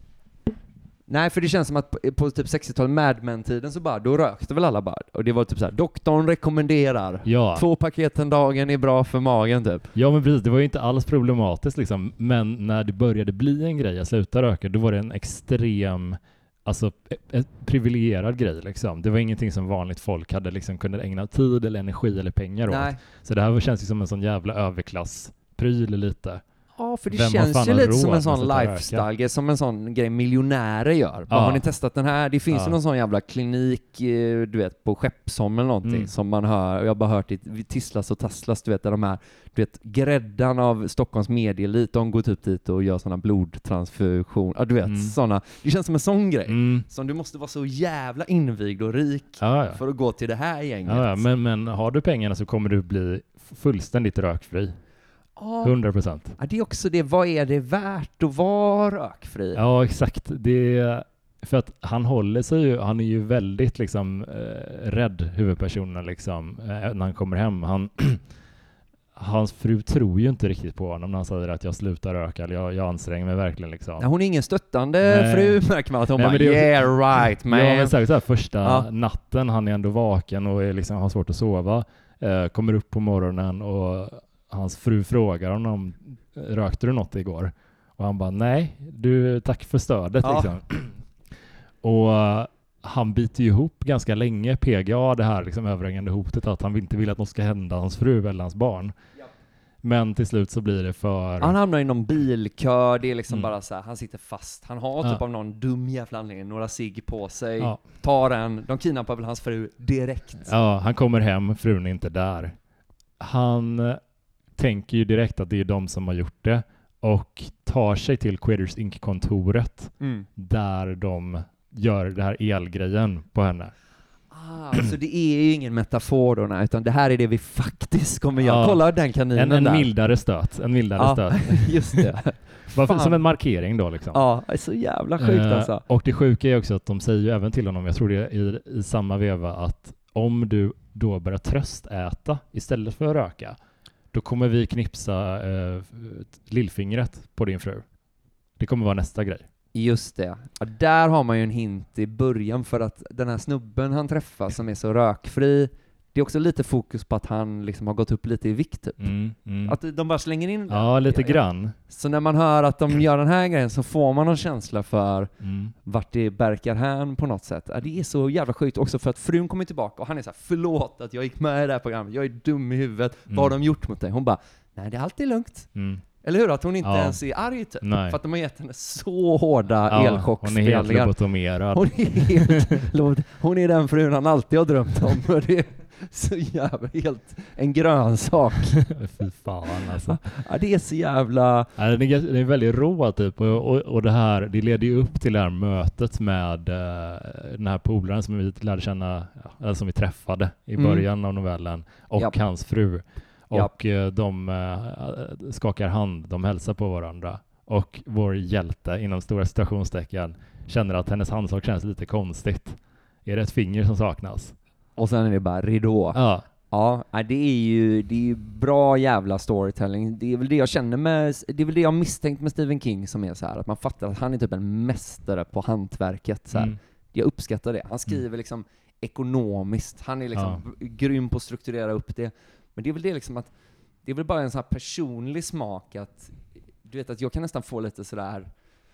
Speaker 2: Nej, för det känns som att på typ 60-talet Mad Men-tiden så bara, då rökte väl alla bara. Och det var typ så här, doktorn rekommenderar 2 paket en dagen är bra för magen typ. Ja, men precis, det var ju inte alls problematiskt liksom. Men när det började bli en grej att sluta röka, då var det en extrem, alltså en privilegierad grej liksom. Det var ingenting som vanligt folk hade liksom kunde ägna tid eller energi eller pengar åt. Så det här känns ju som en sån jävla överklasspryl lite. Ja, för det känns ju lite som en sån lifestyle, som en sån grej miljonärer gör. Har ni testat den här? Det finns ju någon sån jävla klinik, du vet, på Skeppsholm eller någonting som man hör, och jag har bara hört det tisslas och tasslas, du vet, där de här, du vet, gräddan av Stockholms medieelit, de går typ dit och gör såna blodtransfusion, du vet, såna. Det känns som en sån grej, som du måste vara så jävla invigd och rik för att gå till det här gänget. Ja, men har du pengarna så kommer du bli fullständigt rökfri. 100%. Ja, det är också det. Vad är det värt att vara rökfri? Ja, exakt. Det för att han håller sig ju, han är ju väldigt liksom rädd, huvudpersonen liksom, när han kommer hem. Hans fru tror ju inte riktigt på honom när han säger att jag slutar röka, eller jag anstränger mig verkligen liksom. Ja, hon är ingen stöttande fru, märker man, att hon bara, yeah right man. Ja, men så här, första natten, han är ändå vaken och är liksom, har svårt att sova, kommer upp på morgonen och hans fru frågar honom, rökte du något igår? Och han bara, nej, tack för stödet liksom. Och han biter ihop ganska länge, PGA, det här liksom överhängande hotet att han inte vill att något ska hända hans fru eller hans barn. Men till slut så blir det för... Han hamnar i någon bilkör, det är liksom bara så här, han sitter fast. Han har typ av någon dum jävla anledning några cigg på sig, tar en, de kidnappar väl hans fru direkt. Ja, han kommer hem, frun är inte där. Han tänker ju direkt att det är de som har gjort det och tar sig till Queers Inc-kontoret där de gör det här elgrejen på henne. Så det är ju ingen metafor då, nej, utan det här är det vi faktiskt kommer göra. Kolla den kaninen där. En mildare stöt. Just det. Som en markering då liksom. Ja, det är så jävla sjukt alltså. Och det sjuka är också att de säger ju även till honom, jag tror det är i samma veva, att
Speaker 1: om du då börjar tröstäta istället för att röka, då kommer vi knipsa lillfingret på din fru. Det kommer vara nästa grej.
Speaker 2: Just det. Ja, där har man ju en hint i början, för att den här snubben han träffar som är så rökfri, det är också lite fokus på att han liksom har gått upp lite i vikt typ. Att de bara slänger in det.
Speaker 1: Ja, lite grann.
Speaker 2: Så när man hör att de gör den här grejen så får man en känsla för vart det verkar hän på något sätt. Ja, det är så jävla sjukt också, för att frun kommer tillbaka och han är så här: förlåt att jag gick med i det här programmet, jag är dum i huvudet, vad har de gjort mot dig? Hon bara, nej det är alltid lugnt. Eller hur? Att hon inte ens är arg typ. För att de har gett henne så hårda elchocksspelningar.
Speaker 1: Hon är helt lobotomerad.
Speaker 2: Hon är den frun han alltid har drömt om. Det är så jävla helt en grönsak.
Speaker 1: Fy fan alltså.
Speaker 2: Ja, det är så jävla...
Speaker 1: Ja, det är väldigt rå typ. Och det här, det leder ju upp till det här mötet med den här polaren som vi lärde känna, eller som vi träffade i början av novellen, och hans fru. Och de skakar hand, de hälsar på varandra. Och vår hjälte, inom stora citationstecken, känner att hennes handslag känns lite konstigt. Är det ett finger som saknas?
Speaker 2: Och sen är det bara ridå. Ja, det är ju bra jävla storytelling. Det är väl det jag känner med, det är väl det jag misstänkt med Stephen King, som är så här att man fattar att han är typ en mästare på hantverket så här. Jag uppskattar det. Han skriver liksom ekonomiskt. Han är liksom grym på att strukturera upp det. Men det är väl det liksom att det är väl bara en sån här personlig smak att du vet att jag kan nästan få lite sådär,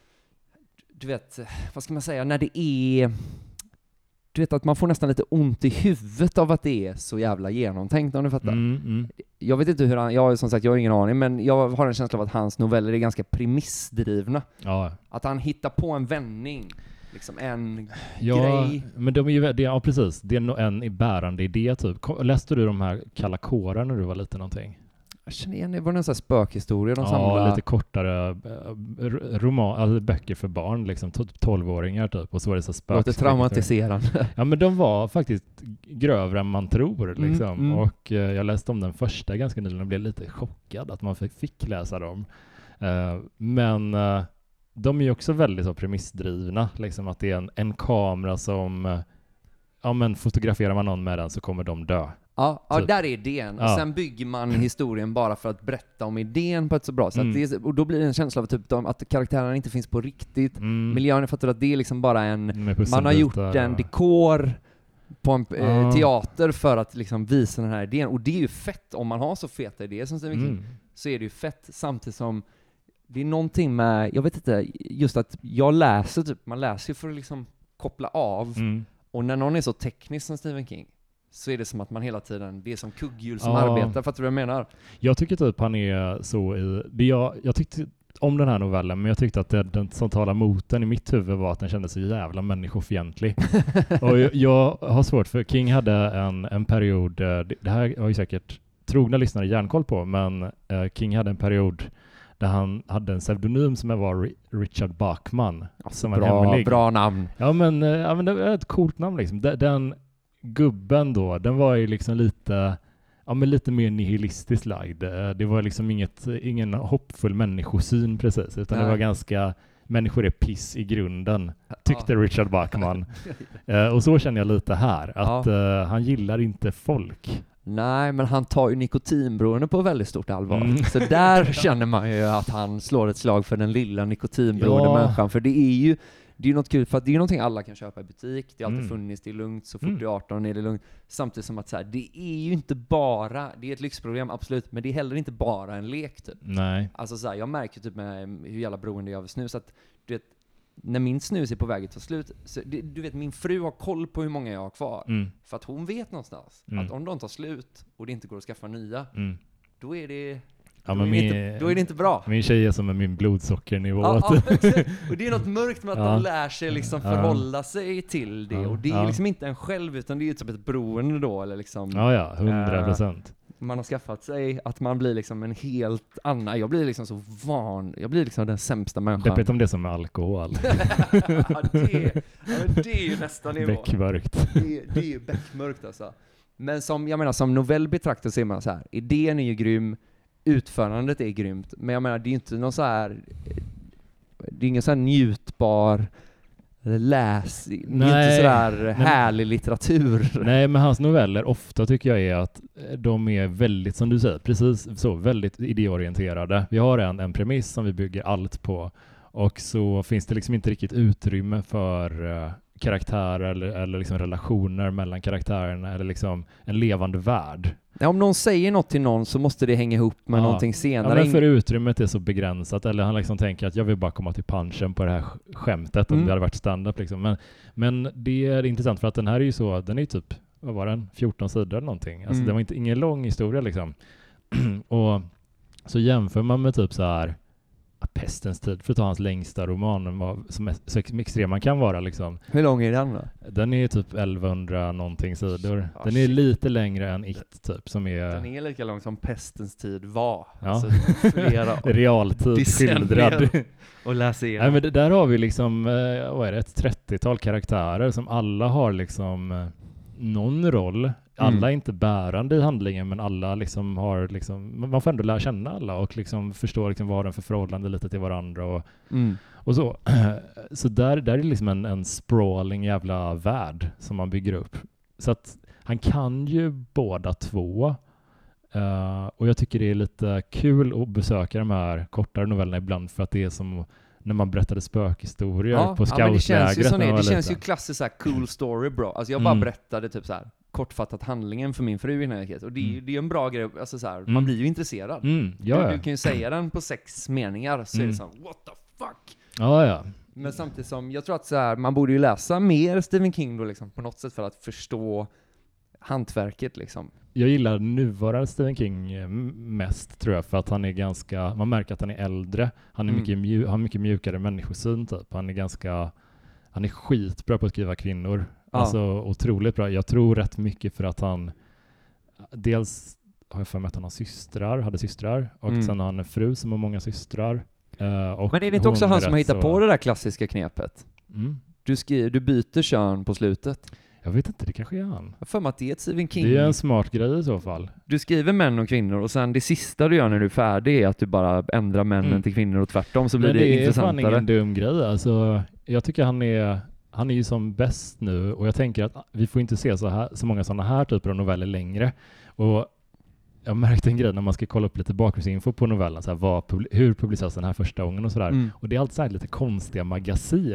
Speaker 2: du vet, vad ska man säga, när det är, du vet att man får nästan lite ont i huvudet av att det är så jävla genomtänkt, om du fattar. Jag vet inte hur han, jag har ingen aning, men jag har en känsla av att hans noveller är ganska premissdrivna. Att han hittar på en vändning, liksom en grej.
Speaker 1: Men de är ju, precis. Det är en bärande idé typ. Läste du de här Kalla kårar när du var liten någonting?
Speaker 2: Jag känner igen, det var en sån här spökhistoria de samlade.
Speaker 1: Lite kortare roman, alltså böcker för barn, liksom 12-åringar typ. Och så var det så
Speaker 2: låter traumatiserande.
Speaker 1: Ja, men de var faktiskt grövre än man tror liksom. Och jag läste om den första ganska nyligen och blev lite chockad att man fick läsa dem. Men de är ju också väldigt så premissdrivna, liksom att det är en kamera som fotograferar man någon med den så kommer de dö.
Speaker 2: Ja, där är idén. Och sen bygger man historien bara för att berätta om idén på ett så bra sätt. Och då blir det en känsla av typ att karaktärerna inte finns på riktigt. Miljön, jag fattar att det är liksom bara man har gjort en dekor på en teater för att liksom visa den här idén. Och det är ju fett om man har så feta idéer som Stephen King. Så är det ju fett, samtidigt som det är någonting med, jag vet inte, just att jag läser typ, man läser ju för att liksom koppla av. Och när någon är så teknisk som Stephen King så är det som att man hela tiden, det är som kugghjul som arbetar, fattar du vad jag menar?
Speaker 1: Jag tycker typ han är så jag tyckte om den här novellen, men jag tyckte att den som talar mot den i mitt huvud var att den kändes så jävla människofientlig. Och jag har svårt, för King hade en period, det här har ju säkert trogna lyssnare järnkoll på, men King hade en period där han hade en pseudonym som var Richard Bachman. Som
Speaker 2: bra namn.
Speaker 1: Ja, men det var ett coolt namn liksom. Den gubben då, den var ju liksom lite mer nihilistiskt lagd. Det var liksom ingen hoppfull människosyn precis, utan det var ganska, människor är piss i grunden, tyckte Richard Bachman. Och så känner jag lite här, att han gillar inte folk.
Speaker 2: Nej, men han tar ju nikotinberoende på väldigt stort allvar. Så där känner man ju att han slår ett slag för den lilla nikotinberoende människan. För det är ju något kul, för att det är någonting alla kan köpa i butik. Det har alltid funnits, det är lugnt. Så fort det är 18 är det lugnt. Samtidigt som att så här, det är ju inte bara, det är ett lyxproblem, absolut. Men det är heller inte bara en lek typ.
Speaker 1: Nej.
Speaker 2: Alltså så här, jag märker typ med hur jävla beroende jag är av snus, att du vet, när min snus är på väg att ta slut, så du vet, min fru har koll på hur många jag har kvar. För att hon vet någonstans att om de tar slut och det inte går att skaffa nya, då är det då är det inte bra.
Speaker 1: Min tjej är som med min blodsockernivå.
Speaker 2: Och det är något mörkt med att de lär sig liksom förhålla sig till det. Och det är liksom inte en själv, utan det är typ ett beroende då. Eller liksom,
Speaker 1: 100%.
Speaker 2: Man har skaffat sig att man blir liksom en helt annan. Jag blir liksom så van. Jag blir liksom den sämsta människan.
Speaker 1: Deppigt om det som är alkohol.
Speaker 2: det är ju nästan nivå.
Speaker 1: Bäckmörkt.
Speaker 2: Det är ju bäckmörkt alltså. Men som novell betraktar ser man så här. Idén är ju grym. Utförandet är grymt. Men jag menar, det är inte någon så här, det är ingen så här njutbar läs. Det är inte sådär härlig litteratur.
Speaker 1: Nej, men hans noveller ofta tycker jag är att de är väldigt, som du säger, precis så, väldigt idéorienterade. Vi har en premiss som vi bygger allt på, och så finns det liksom inte riktigt utrymme för karaktärer eller liksom relationer mellan karaktärerna eller liksom en levande värld.
Speaker 2: Ja, om någon säger något till någon så måste det hänga ihop med någonting senare.
Speaker 1: Ja, men för utrymmet är så begränsat, eller han liksom tänker att jag vill bara komma till punchen på det här skämtet om det hade varit stand-up liksom. Men det är intressant för att den här är ju så, den är typ, vad var den? 14 sidor eller någonting. Alltså det var ingen lång historia liksom. Och så jämför man med typ så här Pestens tid, för att ta hans längsta roman, som så extrem man kan vara liksom.
Speaker 2: Hur lång är den då?
Speaker 1: Den är typ 1100 någonting sidor. Den är lite längre än It typ, som är...
Speaker 2: Den är lika lång som Pestens tid var.
Speaker 1: Ja.
Speaker 2: Alltså, flera
Speaker 1: realtid skildrad.
Speaker 2: Och läsa igenom.
Speaker 1: Nej, men där har vi liksom, vad är det, ett 30-tal karaktärer som alla har liksom någon roll. Alla är inte bärande i handlingen, men alla liksom har liksom, man får ändå lära känna alla och liksom förstå liksom vad har den för förhållande lite till varandra och så. Så där är liksom en sprawling jävla värld som man bygger upp. Så att han kan ju båda två. Och jag tycker det är lite kul att besöka de här kortare novellerna ibland, för att det är som när man berättade spökhistorier på scoutlägret.
Speaker 2: Det känns ju klassiskt så här cool story bro. Alltså jag bara berättade typ så här kortfattat handlingen för min fru innan jag gick. Och det är ju en bra grej, alltså så här, man blir ju intresserad. Du kan ju säga den på 6 meningar så är det så här, what the fuck?
Speaker 1: Ja.
Speaker 2: Men samtidigt som jag tror att så här, man borde ju läsa mer Stephen King då liksom, på något sätt för att förstå hantverket liksom. Jag
Speaker 1: gillar nuvarande Stephen King mest, tror jag, för att han är ganska, man märker att han är äldre. Han är har mycket mjukare människosyn typ. Han är skitbra på att skriva kvinnor. Alltså otroligt bra. Jag tror rätt mycket för att han dels har jag för mig att han har hade systrar och sen har han en fru som har många systrar. Och
Speaker 2: men är det inte också han som har hittat på det där klassiska knepet? Du byter kön på slutet.
Speaker 1: Jag vet inte, det kanske är han.
Speaker 2: Jag för mig att det är ett Stephen King.
Speaker 1: Det är en smart grej i så fall.
Speaker 2: Du skriver män och kvinnor och sen det sista du gör när du är färdig är att du bara ändrar männen till kvinnor och tvärtom, så blir det intressantare.
Speaker 1: Det är fan ingen dum grej. Alltså, jag tycker han är ju som bäst nu, och jag tänker att vi får inte se så många sådana här typer av noveller längre. Och jag märkte en grej när man ska kolla upp lite bakgrundsinfo på novellen, så här, hur publiceras den här första gången och sådär. Och det är alltid så här lite konstiga magasin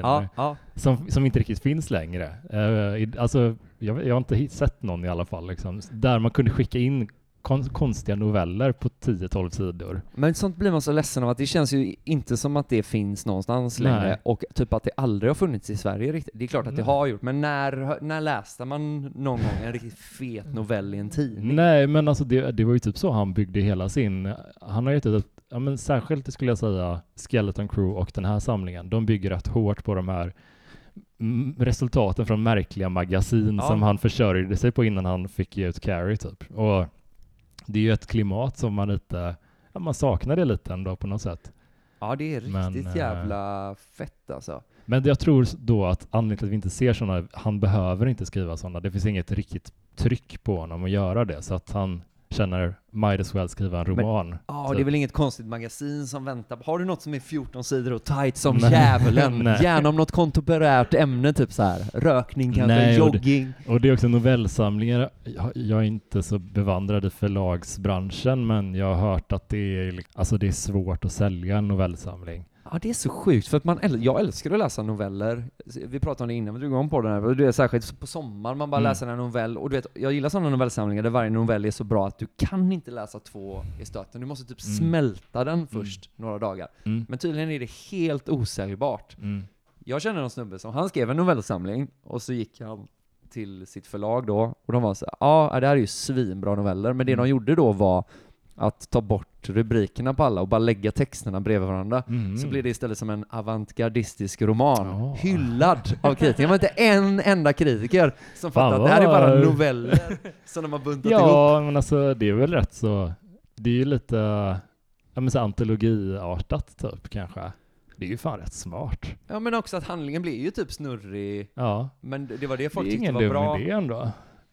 Speaker 1: som inte riktigt finns längre. Alltså, jag har inte sett någon i alla fall liksom, där man kunde skicka in konstiga noveller på 10-12 sidor.
Speaker 2: Men sånt blir man så ledsen av, att det känns ju inte som att det finns någonstans längre, och typ att det aldrig har funnits i Sverige riktigt. Det är klart att det har gjort, men när läste man någon gång en riktigt fet novell i en tidning?
Speaker 1: Nej, men alltså det var ju typ så han byggde hela sin, han har gett ut men särskilt skulle jag säga Skeleton Crew och den här samlingen, de bygger rätt hårt på de här resultaten från märkliga magasin som han försörjde sig på innan han fick ge ut Carrie typ. Och det är ju ett klimat som man saknar det lite ändå på något sätt.
Speaker 2: Ja, det är riktigt jävla fett alltså.
Speaker 1: Men jag tror då att anledningen till att vi inte ser sådana, han behöver inte skriva sådana. Det finns inget riktigt tryck på honom att göra det, så att han känner might as well skriva en roman.
Speaker 2: Det är väl inget konstigt magasin som väntar. Har du något som är 14 sidor och tight som djävulen? Gärna om något kontemporärt ämne, typ så här rökning, kanske jogging.
Speaker 1: Och det är också novellsamlingar. Jag är inte så bevandrad i förlagsbranschen, men jag har hört att det är svårt att sälja en novellsamling.
Speaker 2: Ja, det är så sjukt, för att jag älskar att läsa noveller. Vi pratade om det innan vi drog om på den här, och det är särskilt på sommaren man bara läser en novell, och du vet, jag gillar sådana novellsamlingar där varje novell är så bra att du kan inte läsa 2 i stöten. Du måste typ smälta den först några dagar. Men tydligen är det helt osägbart. Jag känner någon snubbe som, han skrev en novellsamling och så gick han till sitt förlag då, och de var så här, det här är ju svinbra noveller, men det de gjorde då var att ta bort rubrikerna på alla och bara lägga texterna bredvid varandra. Så blir det istället som en avantgardistisk roman. Hyllad av kritiker. Det var inte en enda kritiker som fattar att det här är bara noveller som de har buntat ihop.
Speaker 1: Ja, men alltså det är väl rätt så. Det är ju lite så antologiartat typ kanske. Det är ju fan rätt smart.
Speaker 2: Ja, men också att handlingen blir ju typ snurrig.
Speaker 1: Ja.
Speaker 2: Men det var det folk tyckte var bra.
Speaker 1: Det är ingen dum idé ändå.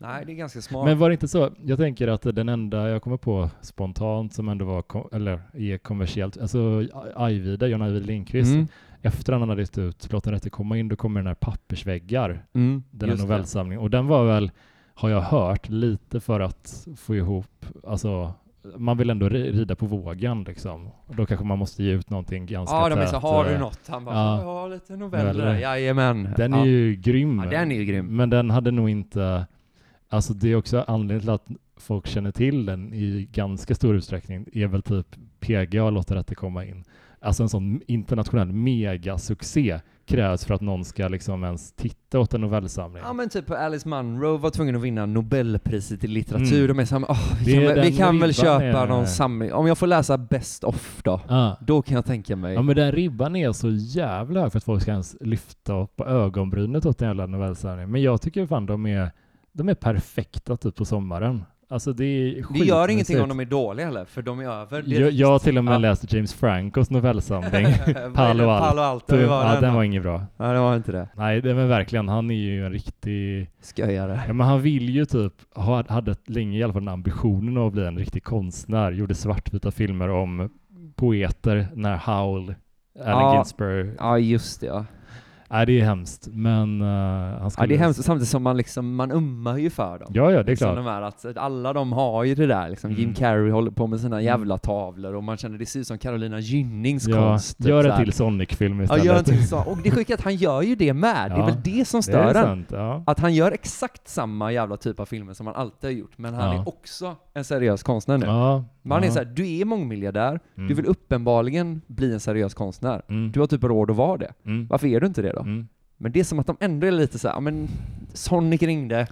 Speaker 2: Nej, det är ganska smart.
Speaker 1: Men var det inte så? Jag tänker att den enda jag kommer på spontant som ändå var är kommersiellt, alltså John Ajvide Lindqvist, efter han hade gett ut Låt den rätte komma in, då kommer den här Pappersväggar, den här novellsamlingen. Och den var väl, har jag hört, lite för att få ihop, alltså man vill ändå rida på vågen liksom. Och då kanske man måste ge ut någonting ganska tätt.
Speaker 2: Ja, de är så, har du något? Han bara, jag har lite noveller. Jajamän.
Speaker 1: Den är ju grym.
Speaker 2: Ja, den är ju grym.
Speaker 1: Men den hade nog inte, alltså det är också anledningen till att folk känner till den i ganska stor utsträckning är väl typ PGA låter rätt komma in. Alltså en sån internationell megasuccé krävs för att någon ska liksom ens titta åt en novellsamling.
Speaker 2: Ja, men typ Alice Munro var tvungen att vinna Nobelpriset i litteratur. De är så vi kan väl köpa någon samling. Om jag får läsa Best of då kan jag tänka mig.
Speaker 1: Ja, men den ribban är så jävla hög för att folk ska ens lyfta på ögonbrynet åt en jävla novellsamling. Men jag tycker fan de är perfekta typ på sommaren. Alltså det
Speaker 2: gör ingenting om de är dåliga heller, för de är över.
Speaker 1: Jag har till och med läst James Francos novellsamling. Palo Alto. Den var inget bra.
Speaker 2: Nej, det var inte det.
Speaker 1: Nej, men verkligen, han är ju en riktig
Speaker 2: sköjare.
Speaker 1: Ja, men han vill ju typ, hade länge i alla fall den ambitionen att bli en riktig konstnär. Gjorde svartvita filmer om poeter när Howl, Allen Ginsberg.
Speaker 2: Ja, just det, ja.
Speaker 1: Nej, det är hemskt, men
Speaker 2: det är hemskt samtidigt som man ummar ju för dem.
Speaker 1: Ja, det är
Speaker 2: liksom
Speaker 1: klart.
Speaker 2: Att alla de har ju det där liksom. Jim Carrey håller på med sina jävla tavlor och man känner det ser ut som Carolina Gynnings konst.
Speaker 1: Gör en till Sonic-film istället.
Speaker 2: Ja, gör en till så. Och det sjuka är att han gör ju det med. Det är väl det som stör en. Att han gör exakt samma jävla typ av filmer som han alltid har gjort, men han är också en seriös konstnär nu. Man är så här, du är mångmiljardär, du vill uppenbarligen bli en seriös konstnär. Du har typ råd att vara det. Varför är du inte det då? Men det är som att de ändå är lite så här, men Sonic ringde.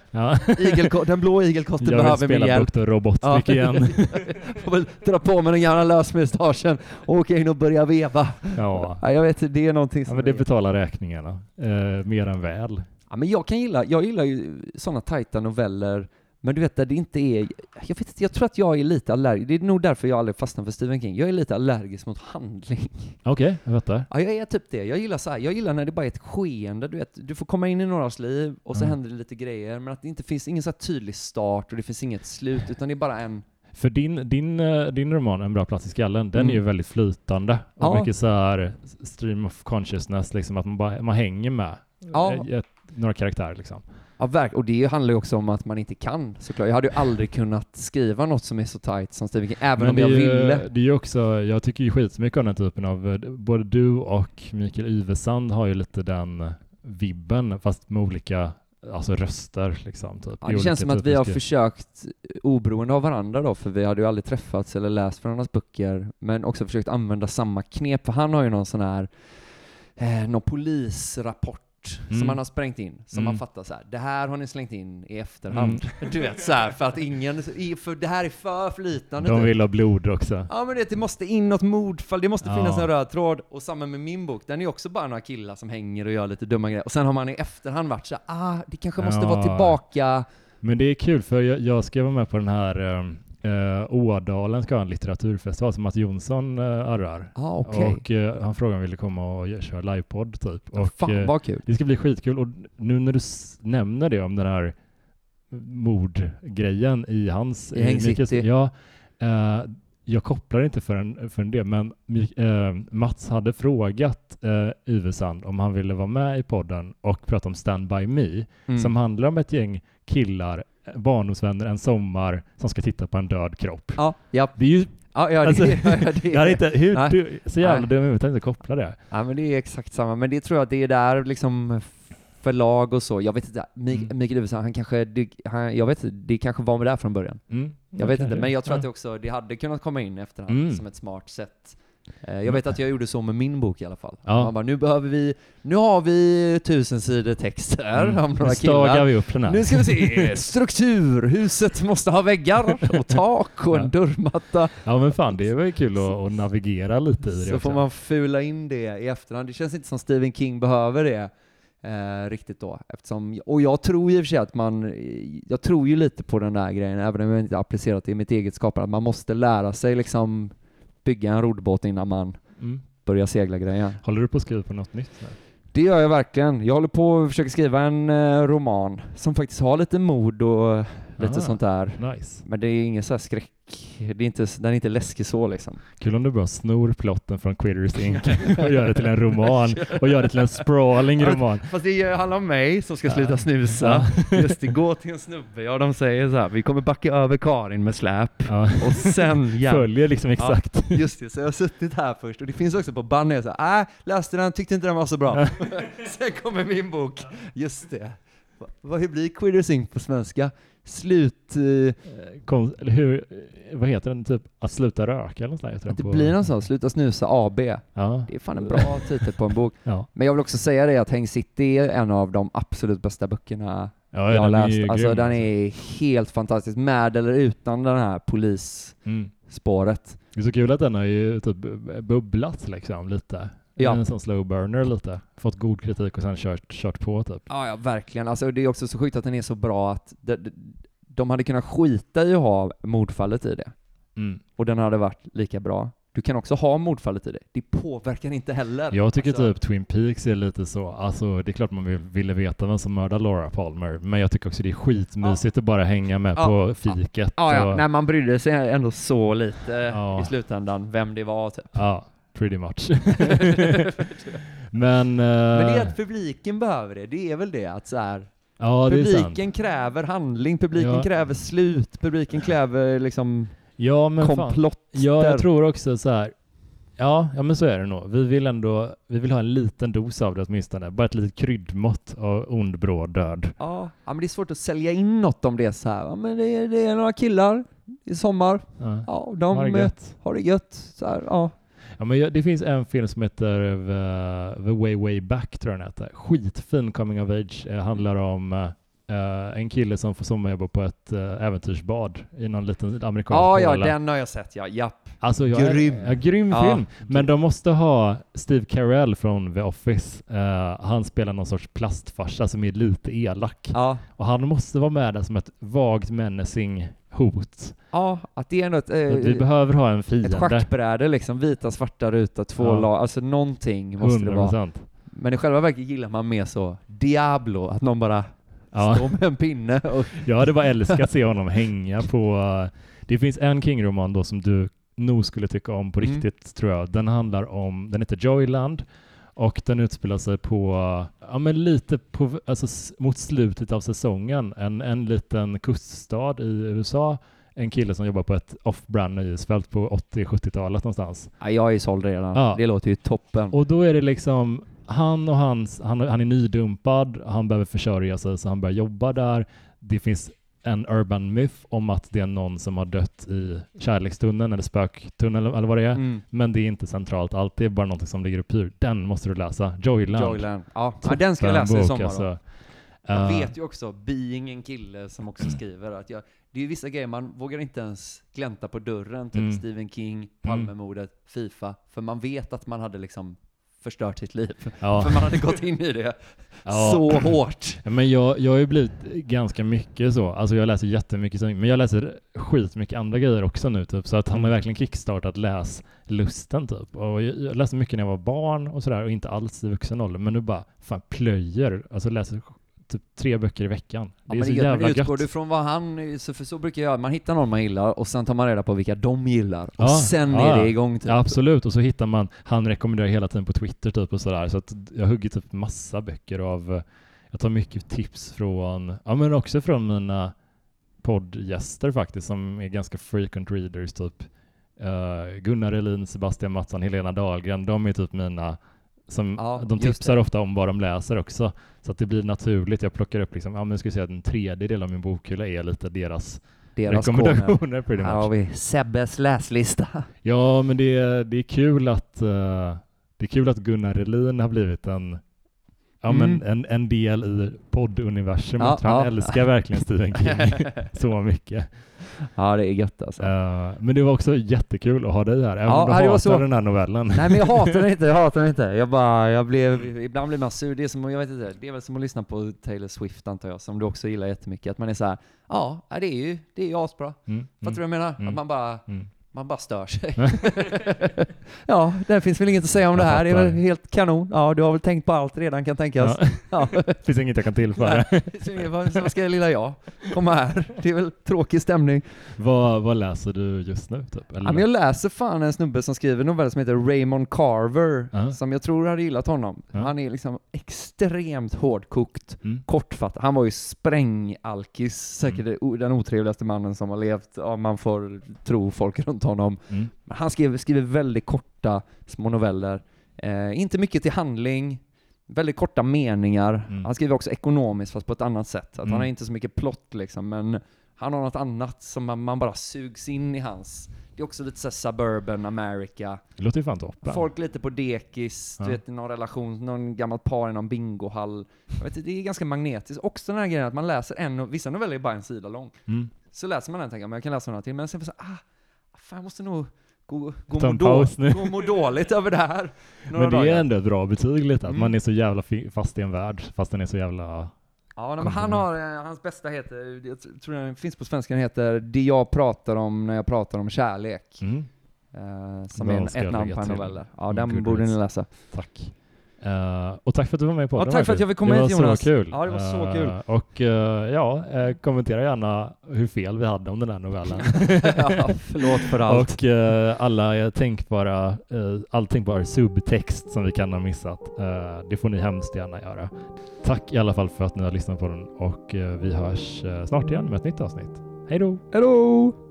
Speaker 2: Den blå igelkotten behöver min hjälp.
Speaker 1: Jag vill spela Dr. Robotnik igen.
Speaker 2: Jag vill dra på med den gamla lösmustaschen och åka in och börja veva.
Speaker 1: Ja,
Speaker 2: jag vet, det är någonting som...
Speaker 1: men det betalar räkningarna. Mer än väl.
Speaker 2: Ja, men jag gillar ju sådana tajta noveller. Men du vet, det inte är... Jag tror att jag är lite allergisk. Det är nog därför jag aldrig fastnar för Stephen King. Jag är lite allergisk mot handling.
Speaker 1: Okej, jag vet det.
Speaker 2: Ja, jag är typ det. Jag gillar när det bara är ett skeende. Du vet, du får komma in i någras liv och så händer det lite grejer. Men att det inte finns ingen så här tydlig start och det finns inget slut. Utan det är bara en...
Speaker 1: För din roman, En bra plats i skallen, den är ju väldigt flytande. Och mycket så här stream of consciousness, liksom att man hänger med några karaktärer liksom.
Speaker 2: Ja, och det handlar ju också om att man inte kan, såklart. Jag hade ju aldrig kunnat skriva något som är så tight som Stephen King, även om jag ville.
Speaker 1: Det är ju också, jag tycker ju skitmycket om den typen av, både du och Mikael Yvesand har ju lite den vibben, fast med olika röster liksom. Typ.
Speaker 2: Ja, det känns som att vi har försökt, oberoende av varandra då, för vi hade ju aldrig träffats eller läst varandras böcker, men också försökt använda samma knep, för han har ju någon sån här, någon polisrapport som man har sprängt in, som man fattar så här: det här har ni slängt in i efterhand. Du vet, så här, för att för det här är för flytande.
Speaker 1: De vill ha blod också.
Speaker 2: Ja, men det måste in något mordfall, det måste finnas en röd tråd. Och samma med min bok, den är också bara några killar som hänger och gör lite dumma grejer. Och sen har man i efterhand varit så här, det kanske måste vara tillbaka.
Speaker 1: Men det är kul, för jag ska vara med på den här Ådalen ska ha en litteraturfestival som Mats Jonsson arrar.
Speaker 2: Okay.
Speaker 1: Och han frågade om han ville komma och köra livepodd typ. Och
Speaker 2: fan vad kul.
Speaker 1: Det ska bli skitkul. Och nu när du nämner det om den här mordgrejen i hans... Jag kopplar inte för det, men Mats hade frågat Yvesand om han ville vara med i podden och prata om Stand By Me, som handlar om ett gäng killar, barndomsvänner, en sommar som ska titta på en död kropp. Det är ju... Så jävla dum ut att inte koppla det.
Speaker 2: Ja, men det är exakt samma. Men det tror jag att det är där liksom förlag och så. Jag vet inte, Mikael Yvesand, jag vet inte, det kanske var med där från början. Jag vet inte, men jag tror att det också, det hade kunnat komma in efterhand som ett smart sätt. Jag vet att jag gjorde så med min bok i alla fall. Man bara, nu har vi 1000 sidor texter om några killar.
Speaker 1: Vi upp den här.
Speaker 2: Nu ska vi se, struktur, huset måste ha väggar och tak och en dörrmatta.
Speaker 1: Ja, men fan, det var ju kul att navigera lite i det.
Speaker 2: Så också får man fula in det i efterhand. Det känns inte som Stephen King behöver det. Riktigt då, och jag tror i och för sig att jag tror ju lite på den där grejen, även om jag inte applicerat det i mitt eget skapande, att man måste lära sig liksom bygga en roddbåt innan man börjar segla grejer.
Speaker 1: Håller du på att skriva på något nytt?
Speaker 2: Det gör jag verkligen. Jag håller på att försöka skriva en roman som faktiskt har lite mod och lite sånt där.
Speaker 1: Nice.
Speaker 2: Men det är ingen så här skräck. Den är inte läskig så liksom.
Speaker 1: Kul om du bara snor plotten från Quitters Inc. och gör det till en roman. Och gör det till en sprawling roman.
Speaker 2: Fast det handlar om mig som ska sluta snusa. Just det, gå till en snubbe. Ja, de säger så här: vi kommer backa över Karin med släp. Och sen...
Speaker 1: Följer liksom exakt.
Speaker 2: Ja, just det, så jag har suttit här först. Och det finns också på band. Jag sa, läste den, tyckte inte den var så bra. Sen kommer min bok. Just det. Hur blir Quitters Inc. på svenska?
Speaker 1: Vad heter den? Typ att sluta röka eller något där,
Speaker 2: att det blir någon sån, sluta snusa AB. Ja. Det är fan en bra titel på en bok. Ja. Men jag vill också säga det att Häng City är en av de absolut bästa böckerna jag har läst. Alltså den är helt fantastisk, med eller utan den här polisspåret.
Speaker 1: Det är så kul att den har ju typ bubblat liksom lite. Ja. En sån slow burner lite. Fått god kritik och sen kört på typ.
Speaker 2: Ja, verkligen. Alltså det är också så sjukt att den är så bra att de hade kunnat skita i att ha mordfallet i det. Och den hade varit lika bra. Du kan också ha mordfallet i det. Det påverkar inte heller.
Speaker 1: Jag tycker typ Twin Peaks är lite så. Alltså det är klart man ville veta vem som mördade Laura Palmer. Men jag tycker också det är skitmysigt att bara hänga med på fiket.
Speaker 2: Ja. Nej, man brydde sig ändå så lite i slutändan vem det var typ.
Speaker 1: Ja. Pretty much. Men det
Speaker 2: är att publiken behöver det. Det är väl det att så här, publiken kräver handling, publiken kräver slut, publiken kräver liksom komplott.
Speaker 1: Ja, jag tror också så här. Ja, men så är det nog. Vi vill ha en liten dos av det åtminstone. Bara ett litet kryddmått av ond, bråd död.
Speaker 2: Ja, men det är svårt att sälja in något om det så här. Ja, men det är några killar i sommar. Ja, de har det gött. Så här, ja.
Speaker 1: Ja, men det finns en film som heter The Way Way Back, tror jag den heter. Skitfin coming of age. Handlar om en kille som får sommarjobba på ett äventyrsbad i någon liten amerikansk
Speaker 2: Ja, den har jag sett, japp.
Speaker 1: Alltså, grym film. Men de måste ha Steve Carell från The Office. Han spelar någon sorts plastfarsa som är lite elak. Ja. Och han måste vara med där som ett vagt menacing hot.
Speaker 2: Ja, att det är något...
Speaker 1: vi behöver ha en fiende.
Speaker 2: Ett schackbräde liksom, vita, svarta ruta, två lag. Alltså någonting måste 100%. Det vara. Men i själva verket gillar man mer så Diablo, att någon bara står med en pinne.
Speaker 1: Jag hade bara älskat att se honom hänga på... Det finns en King-roman då som du nog skulle tycka om på riktigt, tror jag. Den heter Joyland. Och den utspelar sig på, lite på, alltså mot slutet av säsongen. En liten kuststad i USA. En kille som jobbar på ett off-brand nöjesfält på 80-70-talet någonstans.
Speaker 2: Ja, jag är såld redan. Ja. Det låter ju toppen.
Speaker 1: Och då är det liksom, han är nydumpad. Han behöver försörja sig så han börjar jobba där. Det finns en urban myth om att det är någon som har dött i kärlekstunneln eller spöktunneln eller vad det är. Men det är inte centralt. Allt är bara något som ligger upp ur. Den måste du läsa. Joyland.
Speaker 2: Ja, den ska jag läsa i sommar alltså. Jag vet ju också, being en kille som också skriver att det är ju vissa grejer man vågar inte ens glänta på dörren, typ Stephen King, Palmemordet, FIFA, för man vet att man hade liksom förstört sitt liv. Ja. För man hade gått in i det så hårt.
Speaker 1: Men jag har ju blivit ganska mycket så. Alltså jag läser jättemycket, men jag läser skitmycket andra grejer också nu typ. Så att han har verkligen kickstartat läslusten typ. Och jag läste mycket när jag var barn och sådär och inte alls i vuxen ålder. Men nu bara fan plöjer. Alltså läser typ 3 böcker i veckan. Det är så jävla gött.
Speaker 2: Utgår du från vad för så brukar jag, man hittar någon man gillar och sen tar man reda på vilka de gillar och sen är det igång typ.
Speaker 1: Ja, absolut, och så hittar man, han rekommenderar hela tiden på Twitter typ och sådär, så att jag hugger typ massa böcker av, jag tar mycket tips från, men också från mina poddgäster faktiskt som är ganska frequent readers typ. Gunnar Elin, Sebastian Mattsson, Helena Dahlgren, de är typ mina de tipsar ofta om vad de läser också. Så att det blir naturligt. Jag plockar upp liksom, ska jag säga att en tredjedel av min bokhylla är lite deras rekommendationer pretty much.
Speaker 2: Ja, vi Sebbes läslista.
Speaker 1: Ja, men det är kul att Gunnar Elin har blivit en del i podduniversum. Han älskar verkligen Stephen King så mycket.
Speaker 2: Ja, det är gött alltså.
Speaker 1: Men det var också jättekul att ha dig här. Även om du hatar den här novellen.
Speaker 2: Nej, men jag hatar den inte. Ibland blir man sur. Det är som, jag vet inte, det är väl som att lyssna på Taylor Swift antar jag, som du också gillar jättemycket. Att man är så här, det är ju asbra. Fattar du vad jag menar? Att man Man bara stör sig. Ja, det finns väl inget att säga om det här. Det är väl helt kanon. Ja, du har väl tänkt på allt redan, kan tänkas.
Speaker 1: Ja. Det finns inget jag kan tillföra.
Speaker 2: Vad ska jag lilla jag komma här? Det är väl tråkig stämning.
Speaker 1: Vad läser du just nu? Typ? Eller?
Speaker 2: Ja, men jag läser fan en snubbe som skriver noveller som heter Raymond Carver, som jag tror hade gillat honom. Han är liksom extremt hårdkokt, kortfattad. Han var ju sprängalkis, säkert den otrevligaste mannen som har levt, om man får tro folk runt honom. Men han skriver väldigt korta små noveller. Inte mycket till handling, väldigt korta meningar. Han skriver också ekonomiskt fast på ett annat sätt. Att han har inte så mycket plott liksom, men han har något annat som man bara sugs in i hans. Det är också lite så suburban America.
Speaker 1: Det låter ju fan toppen.
Speaker 2: Folk lite på dekis, du vet, någon relation, någon gammal par i någon bingohall. Jag vet, det är ganska magnetiskt. Också den här grejen att man läser vissa noveller är bara en sida lång. Så läser man den och tänker, men jag kan läsa några till. Men sen så fan, jag måste nog gå må dåligt över det här.
Speaker 1: Men det är ändå ett bra betyg lite, att man är så jävla fast i en värld, fast den är så jävla...
Speaker 2: Ja, men hans bästa heter, jag tror den finns på svenska, den heter Det jag pratar om när jag pratar om kärlek. Som är ett namn på en novell. Ja, den borde ni läsa.
Speaker 1: Tack. Och tack för att du var med på podden.
Speaker 2: Ja, tack för att jag fick komma hit, Jonas.
Speaker 1: Det var så kul.
Speaker 2: Ja, det var så kul.
Speaker 1: Och kommentera gärna hur fel vi hade om den här novellen.
Speaker 2: Ja, förlåt för allt.
Speaker 1: Och alla tänkbara subtext som vi kan ha missat. Det får ni hemskt gärna göra. Tack i alla fall för att ni har lyssnat på den. Och vi hörs snart igen med ett nytt avsnitt. Hej då!
Speaker 2: Hej då!